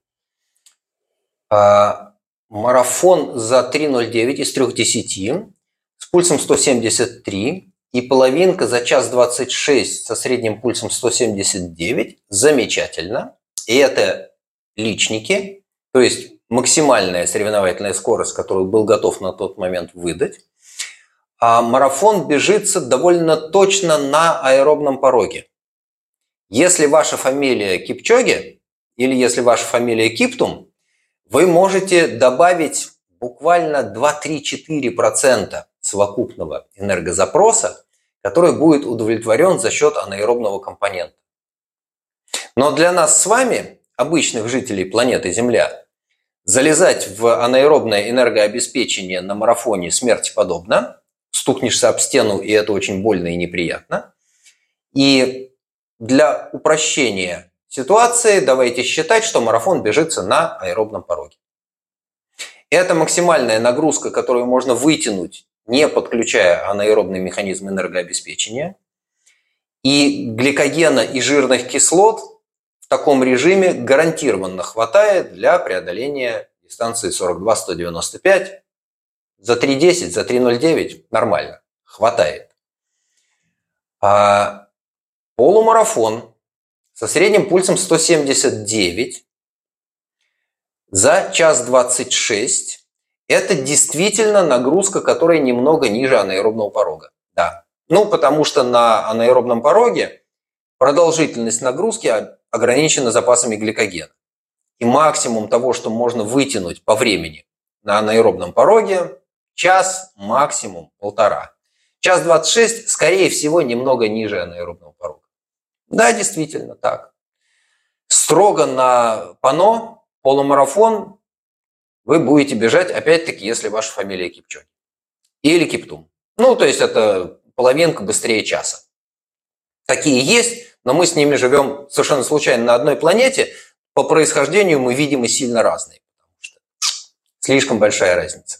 Марафон за 3:09 из 3:10 с пульсом 173 и половинка за час 26 со средним пульсом 179. Замечательно. И это личники, то есть максимальная соревновательная скорость, которую был готов на тот момент выдать. А марафон бежится довольно точно на аэробном пороге. Если ваша фамилия Кипчоги или если ваша фамилия Киптум, вы можете добавить буквально 2-3-4% совокупного энергозапроса, который будет удовлетворен за счет анаэробного компонента. Но для нас с вами, обычных жителей планеты Земля, залезать в анаэробное энергообеспечение на марафоне смерти подобно. Стукнешься об стену, и это очень больно и неприятно. И для упрощения ситуации давайте считать, что марафон бежится на аэробном пороге. Это максимальная нагрузка, которую можно вытянуть, не подключая анаэробный механизм энергообеспечения. И гликогена и жирных кислот в таком режиме гарантированно хватает для преодоления дистанции 42-195. За 3:10, за 3:09 нормально, хватает. А полумарафон со средним пульсом 179 за час 26 – это действительно нагрузка, которая немного ниже анаэробного порога. Да. Ну, потому что на анаэробном пороге продолжительность нагрузки ограничена запасами гликогена. И максимум того, что можно вытянуть по времени на анаэробном пороге – час, максимум полтора. Час 26, скорее всего, немного ниже анаэробного порога. Да, действительно так. Строго на пано полумарафон вы будете бежать, опять-таки, если ваша фамилия Кипчоги. Или Киптум. Ну, то есть это половинка быстрее часа. Такие есть, но мы с ними живем совершенно случайно на одной планете. По происхождению мы, видимо, сильно разные, потому что слишком большая разница.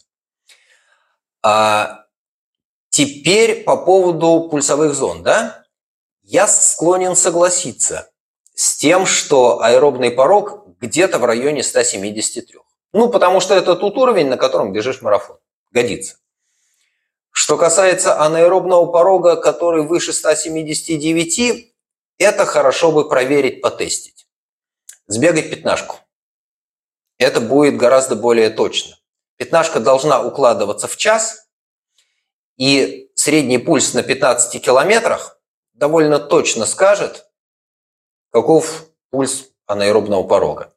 А теперь по поводу пульсовых зон, да? Я склонен согласиться с тем, что аэробный порог где-то в районе 173. Ну, потому что это тот уровень, на котором бежишь марафон. Годится. Что касается анаэробного порога, который выше 179, это хорошо бы проверить, потестить. Сбегать пятнашку. Это будет гораздо более точно. Пятнашка должна укладываться в час, и средний пульс на 15 километрах довольно точно скажет, каков пульс анаэробного порога.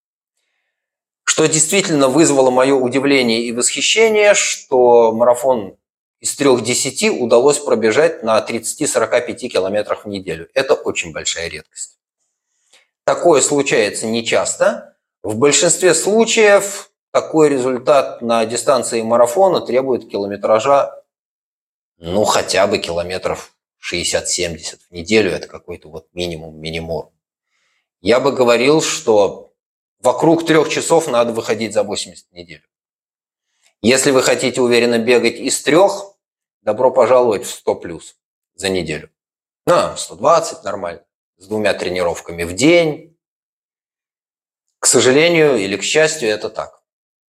Что действительно вызвало мое удивление и восхищение, что марафон из 3:10 удалось пробежать на 30-45 километрах в неделю. Это очень большая редкость. Такое случается нечасто. В большинстве случаев такой результат на дистанции марафона требует километража, ну, хотя бы километров 60-70 в неделю. Это какой-то вот минимум. Я бы говорил, что вокруг 3 часов надо выходить за 80 в неделю. Если вы хотите уверенно бегать из 3, добро пожаловать в 100+ за неделю. 120 нормально, с 2 тренировками в день. К сожалению или к счастью, это так.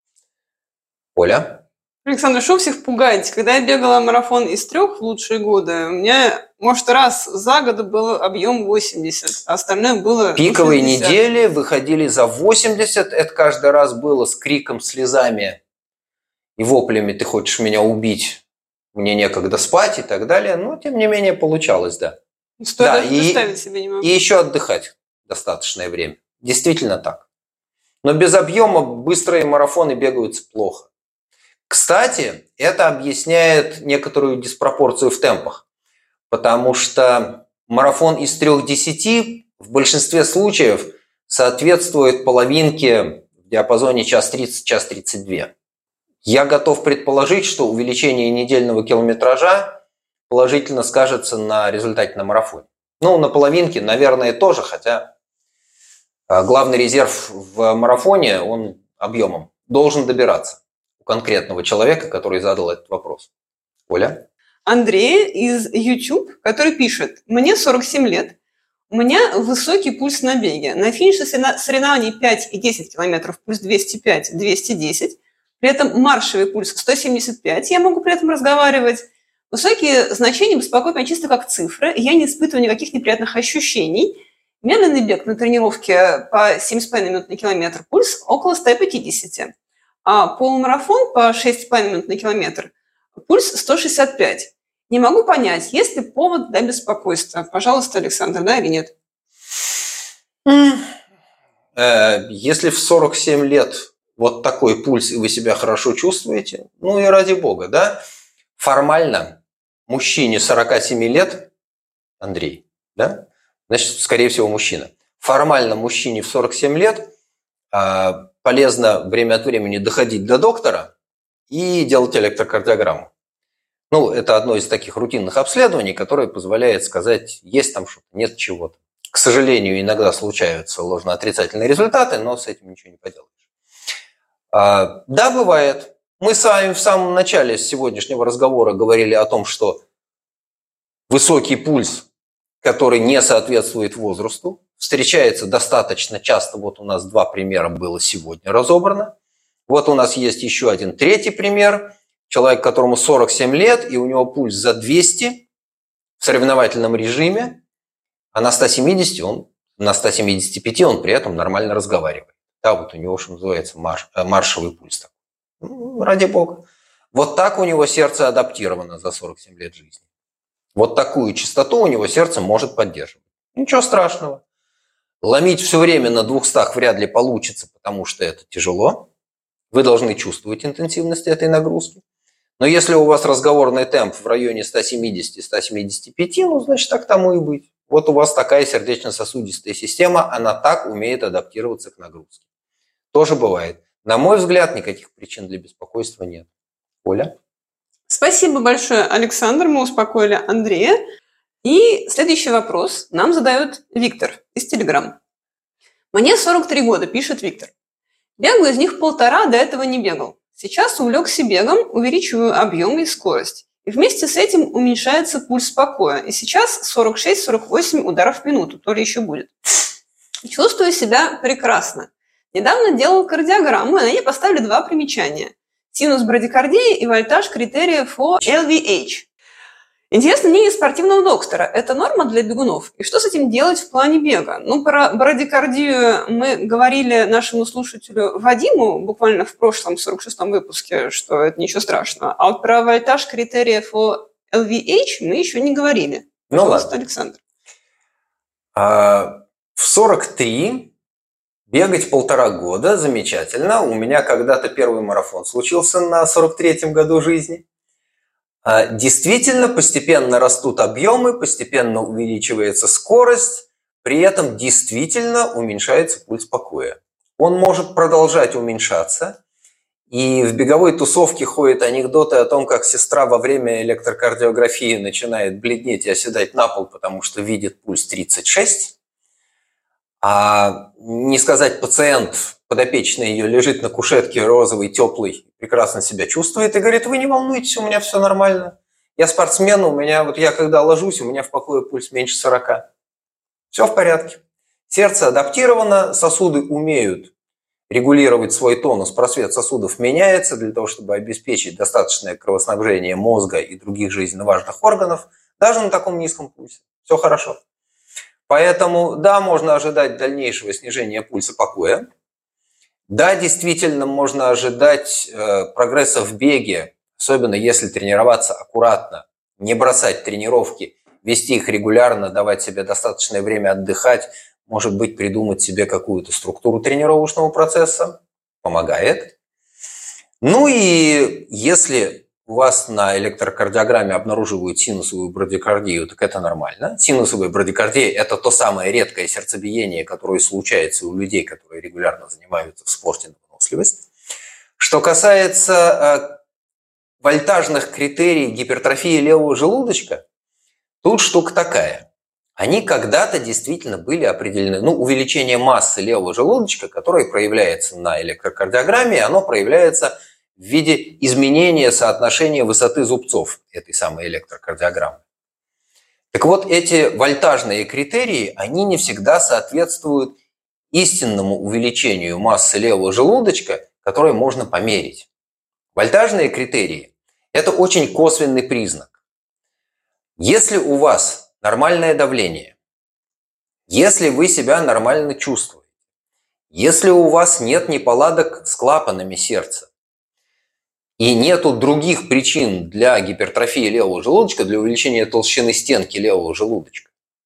Оля? Александр, что всех пугаете? Когда я бегала марафон из 3 в лучшие годы, у меня, может, раз за год был объем 80, а остальное было... Пиковые 60. недели выходили за 80. Это каждый раз было с криком, слезами и воплями: «Ты хочешь меня убить? Мне некогда спать» и так далее. Но, тем не менее, получалось, да. Что я даже представить себе не могу. И еще отдыхать достаточное время. Действительно так. Но без объема быстрые марафоны бегаются плохо. Кстати, это объясняет некоторую диспропорцию в темпах, потому что марафон из 3:10 в большинстве случаев соответствует половинке в диапазоне час 30, час 32. Я готов предположить, что увеличение недельного километража положительно скажется на результате на марафоне. Ну, на половинке, наверное, тоже, хотя главный резерв в марафоне, он объемом должен добираться у конкретного человека, который задал этот вопрос. Оля? Андрей из YouTube, который пишет: «Мне 47 лет, у меня высокий пульс на беге. На финише соревнований 5 и 10 километров пульс 205, 210. При этом маршевый пульс 175, я могу при этом разговаривать. Высокие значения беспокоят меня чисто как цифры, я не испытываю никаких неприятных ощущений. Медленный бег на тренировке по 7,5 минут на километр, пульс около 150. А полумарафон по 6,5 минут на километр, пульс 165. Не могу понять, есть ли повод для беспокойства. Пожалуйста, Александр, да или нет?» Если в 47 лет вот такой пульс, и вы себя хорошо чувствуете, ну и ради бога, да? Формально мужчине 47 лет, Андрей, да? Значит, скорее всего, мужчина. Формально мужчине в 47 лет полезно время от времени доходить до доктора и делать электрокардиограмму. Ну, это одно из таких рутинных обследований, которое позволяет сказать, есть там что-то, нет чего-то. К сожалению, иногда случаются ложноотрицательные результаты, но с этим ничего не поделаешь. Да, бывает. Мы с вами в самом начале сегодняшнего разговора говорили о том, что высокий пульс, который не соответствует возрасту, встречается достаточно часто. Вот у нас 2 примера было сегодня разобрано. Вот у нас есть еще один третий пример. Человек, которому 47 лет, и у него пульс за 200 в соревновательном режиме, а на 170 на 175 он при этом нормально разговаривает. Да, вот у него, что называется, маршевый пульс. Ради бога. Вот так у него сердце адаптировано за 47 лет жизни. Вот такую частоту у него сердце может поддерживать. Ничего страшного. Ломить все время на 200 вряд ли получится, потому что это тяжело. Вы должны чувствовать интенсивность этой нагрузки. Но если у вас разговорный темп в районе 170-175, ну, значит, так тому и быть. Вот у вас такая сердечно-сосудистая система, она так умеет адаптироваться к нагрузке. Тоже бывает. На мой взгляд, никаких причин для беспокойства нет. Оля? Спасибо большое, Александр. Мы успокоили Андрея. И следующий вопрос нам задает Виктор из Телеграм. «Мне 43 года», пишет Виктор. «Бегаю из них 1,5, до этого не бегал. Сейчас увлекся бегом, увеличиваю объем и скорость. И вместе с этим уменьшается пульс покоя. И сейчас 46-48 ударов в минуту, то ли еще будет. Чувствую себя прекрасно. Недавно делал кардиограмму, и на ней поставили 2 примечания. Синус брадикардии и вольтаж критерия for LVH. Интересно мнение спортивного доктора. Это норма для бегунов? И что с этим делать в плане бега?» Ну, про брадикардию мы говорили нашему слушателю Вадиму буквально в прошлом 46-м выпуске, что это ничего страшного. А вот про вольтаж критерия for LVH мы еще не говорили. Пожалуйста, ладно. Александр. В 43 бегать 1,5 года замечательно. У меня когда-то первый марафон случился на 43-м году жизни. Действительно, постепенно растут объемы, постепенно увеличивается скорость, при этом действительно уменьшается пульс покоя. Он может продолжать уменьшаться. И в беговой тусовке ходят анекдоты о том, как сестра во время электрокардиографии начинает бледнеть и оседать на пол, потому что видит пульс 36. А не сказать, пациент, подопечный ее, лежит на кушетке розовый, теплый, прекрасно себя чувствует и говорит: вы не волнуйтесь, у меня все нормально. Я спортсмен, я когда ложусь, у меня в покое пульс меньше 40. Все в порядке. Сердце адаптировано, сосуды умеют регулировать свой тонус, просвет сосудов меняется для того, чтобы обеспечить достаточное кровоснабжение мозга и других жизненно важных органов, даже на таком низком пульсе. Все хорошо. Поэтому, да, можно ожидать дальнейшего снижения пульса покоя. Да, действительно, можно ожидать прогресса в беге, особенно если тренироваться аккуратно, не бросать тренировки, вести их регулярно, давать себе достаточное время отдыхать, может быть, придумать себе какую-то структуру тренировочного процесса. Помогает. Ну и если у вас на электрокардиограмме обнаруживают синусовую брадикардию, так это нормально. Синусовая брадикардия – это то самое редкое сердцебиение, которое случается у людей, которые регулярно занимаются в спорте на выносливость. Что касается вольтажных критерий гипертрофии левого желудочка, тут штука такая. Они когда-то действительно были определены. Увеличение массы левого желудочка, которое проявляется на электрокардиограмме, оно проявляется в виде изменения соотношения высоты зубцов этой самой электрокардиограммы. Так вот, эти вольтажные критерии, они не всегда соответствуют истинному увеличению массы левого желудочка, которое можно померить. Вольтажные критерии – это очень косвенный признак. Если у вас нормальное давление, если вы себя нормально чувствуете, если у вас нет неполадок с клапанами сердца и нету других причин для гипертрофии левого желудочка, для увеличения толщины стенки левого желудочка,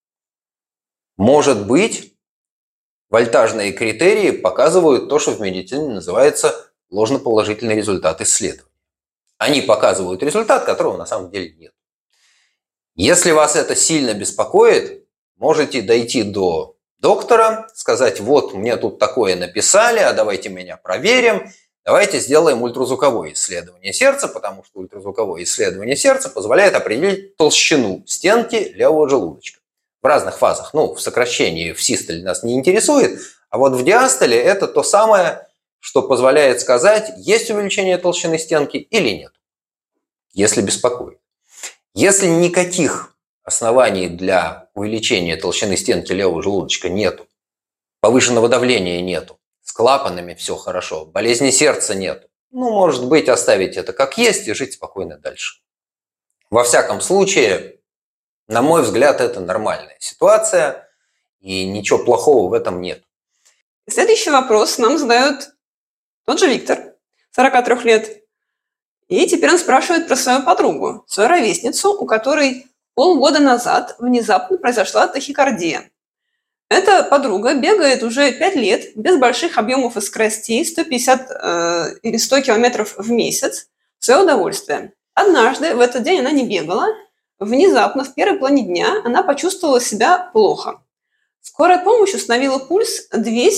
может быть, вольтажные критерии показывают то, что в медицине называется ложноположительный результат исследования. Они показывают результат, которого на самом деле нет. Если вас это сильно беспокоит, можете дойти до доктора, сказать: вот мне тут такое написали, а давайте меня проверим, давайте сделаем ультразвуковое исследование сердца, потому что ультразвуковое исследование сердца позволяет определить толщину стенки левого желудочка в разных фазах. В сокращении, в систоле нас не интересует, а вот в диастоле это то самое, что позволяет сказать, есть увеличение толщины стенки или нет, если беспокоит. Если никаких оснований для увеличения толщины стенки левого желудочка нету, повышенного давления нету, с клапанами все хорошо, болезни сердца нету, может быть, оставить это как есть и жить спокойно дальше. Во всяком случае, на мой взгляд, это нормальная ситуация, и ничего плохого в этом нет. Следующий вопрос нам задает тот же Виктор, 43 лет. И теперь он спрашивает про свою подругу, свою ровесницу, у которой полгода назад внезапно произошла тахикардия. Эта подруга бегает уже 5 лет без больших объемов и скоростей, 150 или 100 километров в месяц, в свое удовольствие. Однажды в этот день она не бегала. Внезапно, в первой половине дня, она почувствовала себя плохо. Скорая помощь установила пульс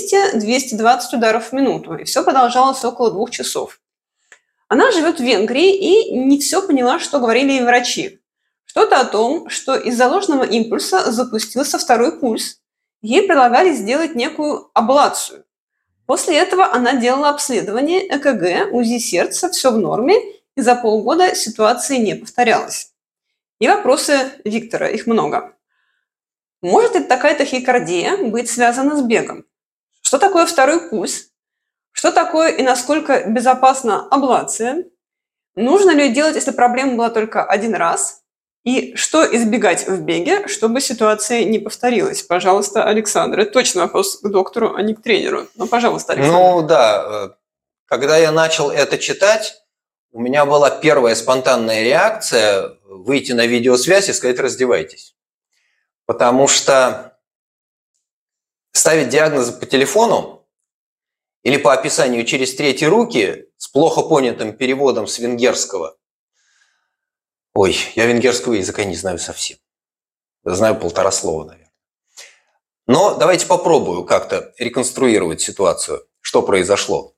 200-220 ударов в минуту, и все продолжалось около 2 часов. Она живет в Венгрии и не все поняла, что говорили ей врачи. Что-то о том, что из-за ложного импульса запустился второй пульс. Ей предлагали сделать некую аблацию. После этого она делала обследование ЭКГ, УЗИ сердца, все в норме, и за полгода ситуация не повторялась. И вопросы Виктора, их много. Может ли такая тахикардия быть связана с бегом? Что такое второй пульс? Что такое и насколько безопасна аблация? Нужно ли делать, если проблема была только один раз? И что избегать в беге, чтобы ситуация не повторилась? Пожалуйста, Александр. Это точно вопрос к доктору, а не к тренеру. Но, пожалуйста, Александр. Да. Когда я начал это читать, у меня была первая спонтанная реакция выйти на видеосвязь и сказать: раздевайтесь. Потому что ставить диагнозы по телефону или по описанию через третьи руки с плохо понятым переводом с венгерского. Я венгерского языка не знаю совсем. Знаю 1,5 слова, наверное. Но давайте попробую как-то реконструировать ситуацию, что произошло.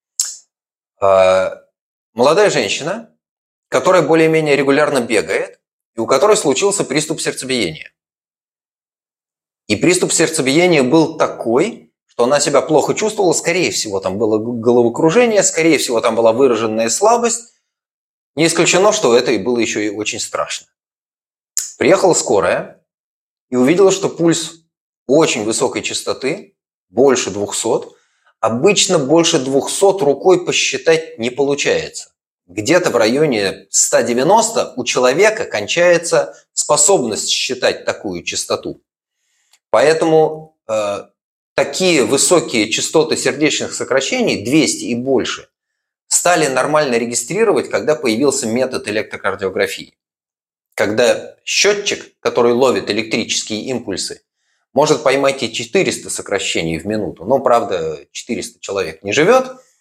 Молодая женщина, которая более-менее регулярно бегает, и у которой случился приступ сердцебиения. И приступ сердцебиения был такой, что она себя плохо чувствовала, скорее всего, там было головокружение, скорее всего, там была выраженная слабость. Не исключено, что это и было еще и очень страшно. Приехала скорая и увидела, что пульс очень высокой частоты, больше 200. Обычно больше 200 рукой посчитать не получается. Где-то в районе 190 у человека кончается способность считать такую частоту. Поэтому такие высокие частоты сердечных сокращений, 200 и больше, стали нормально регистрировать, когда появился метод электрокардиографии. Когда счетчик, который ловит электрические импульсы, может поймать и 400 сокращений в минуту. Но, правда, 400 человек не живет.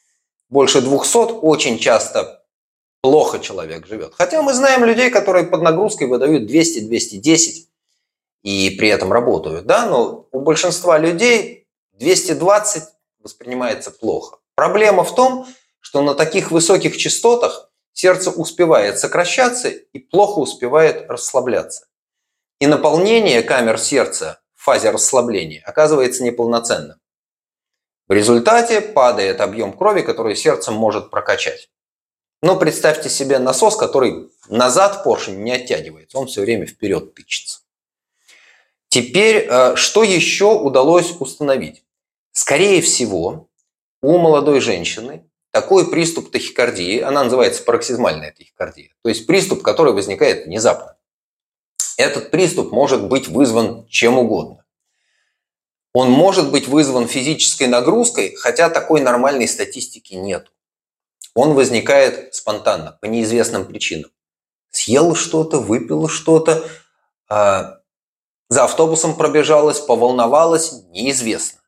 больше 200 очень часто плохо человек живет. Хотя мы знаем людей, которые под нагрузкой выдают 200-210 и при этом работают. Да? Но у большинства людей 220 воспринимается плохо. Проблема в том, что на таких высоких частотах сердце успевает сокращаться и плохо успевает расслабляться. И наполнение камер сердца в фазе расслабления оказывается неполноценным. В результате падает объем крови, который сердце может прокачать. Но представьте себе насос, который назад поршень не оттягивается, он все время вперед тычется. Теперь, что еще удалось установить? Скорее всего, у молодой женщины такой приступ тахикардии, она называется пароксизмальная тахикардия, то есть приступ, который возникает внезапно. Этот приступ может быть вызван чем угодно. Он может быть вызван физической нагрузкой, хотя такой нормальной статистики нет. Он возникает спонтанно, по неизвестным причинам. Съел что-то, выпил что-то, за автобусом пробежалась, поволновалась, неизвестно.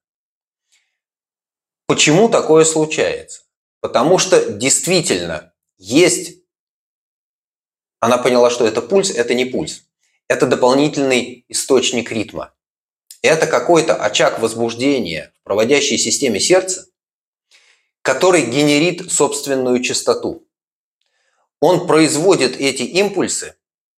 Почему такое случается? Потому что действительно есть... Она поняла, что это пульс, это не пульс. Это дополнительный источник ритма. Это какой-то очаг возбуждения в проводящей системе сердца, который генерит собственную частоту. Он производит эти импульсы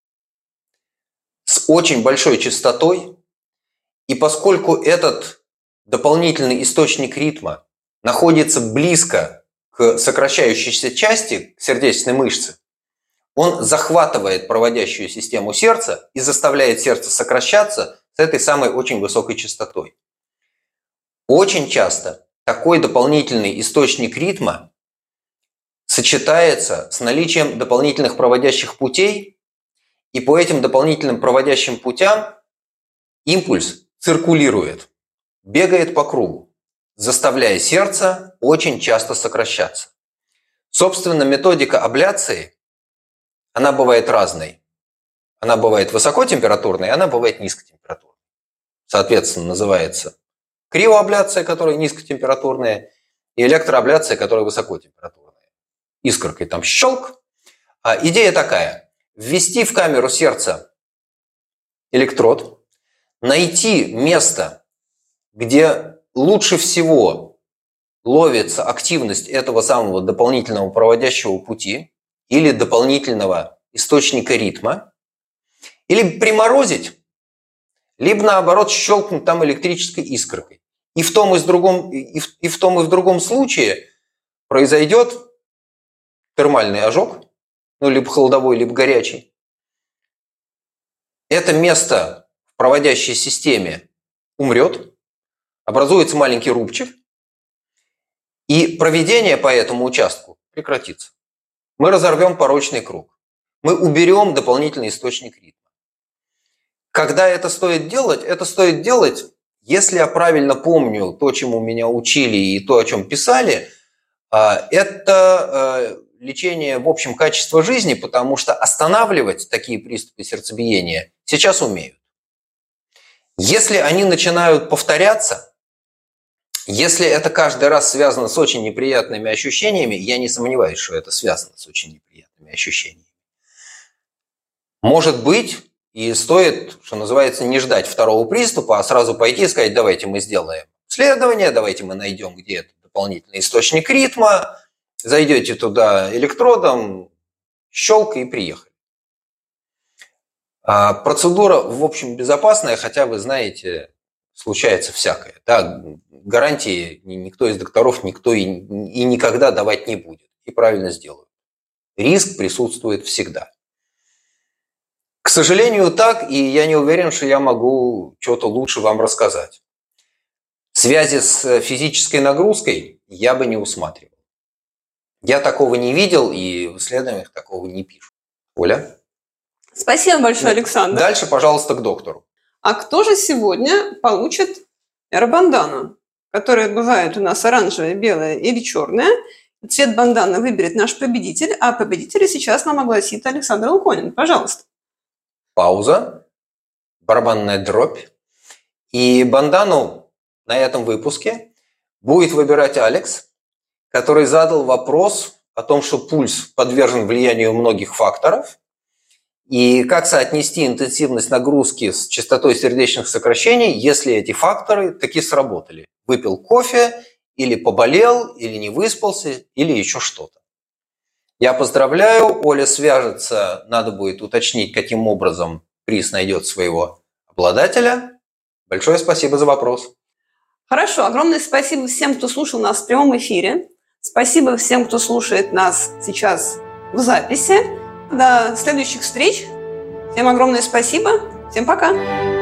с очень большой частотой, и поскольку этот дополнительный источник ритма находится близко к сокращающейся части, к сердечной мышце, он захватывает проводящую систему сердца и заставляет сердце сокращаться с этой самой очень высокой частотой. Очень часто такой дополнительный источник ритма сочетается с наличием дополнительных проводящих путей, и по этим дополнительным проводящим путям импульс циркулирует, бегает по кругу, заставляя сердце очень часто сокращаться. Собственно, методика абляции, она бывает разной. Она бывает высокотемпературной, она бывает низкотемпературной. Соответственно, называется криоабляция, которая низкотемпературная, и электроабляция, которая высокотемпературная. Искоркой там щелк. Идея такая. Ввести в камеру сердца электрод, найти место, где лучше всего ловится активность этого самого дополнительного проводящего пути или дополнительного источника ритма, или приморозить, либо наоборот щелкнуть там электрической искоркой. И в том и в другом случае произойдет термальный ожог, ну, либо холодовой, либо горячий. Это место в проводящей системе умрет, образуется маленький рубчик, и проведение по этому участку прекратится. Мы разорвем порочный круг. Мы уберем дополнительный источник ритма. Когда это стоит делать? Это стоит делать, если я правильно помню то, чему меня учили и то, о чем писали, это лечение в общем качества жизни, потому что останавливать такие приступы сердцебиения сейчас умеют. Если они начинают повторяться, если это каждый раз связано с очень неприятными ощущениями, я не сомневаюсь, что это связано с очень неприятными ощущениями. Может быть, и стоит, что называется, не ждать второго приступа, а сразу пойти и сказать, давайте мы сделаем исследование, давайте мы найдем, где это дополнительный источник ритма, зайдете туда электродом, щелк и приехали. Процедура, в общем, безопасная, хотя, вы знаете, случается всякое. Да, гарантии никто из докторов, никто и никогда давать не будет. И правильно сделают. Риск присутствует всегда. К сожалению, так, и я не уверен, что я могу что-то лучше вам рассказать. Связи с физической нагрузкой я бы не усматривал. Я такого не видел, и в исследованиях такого не пишут. Оля? Спасибо большое, Александр. Дальше, пожалуйста, к доктору. А кто же сегодня получит эробандану, которая бывает у нас оранжевая, белая или черная? Цвет банданы выберет наш победитель, а победителя сейчас нам огласит Александр Илконин. Пожалуйста. Пауза, барабанная дробь. И бандану на этом выпуске будет выбирать Алекс, который задал вопрос о том, что пульс подвержен влиянию многих факторов, и как соотнести интенсивность нагрузки с частотой сердечных сокращений, если эти факторы таки сработали. Выпил кофе, или поболел, или не выспался, или еще что-то. Я поздравляю, Оля свяжется, надо будет уточнить, каким образом приз найдет своего обладателя. Большое спасибо за вопрос. Хорошо, огромное спасибо всем, кто слушал нас в прямом эфире. Спасибо всем, кто слушает нас сейчас в записи. До следующих встреч. Всем огромное спасибо. Всем пока.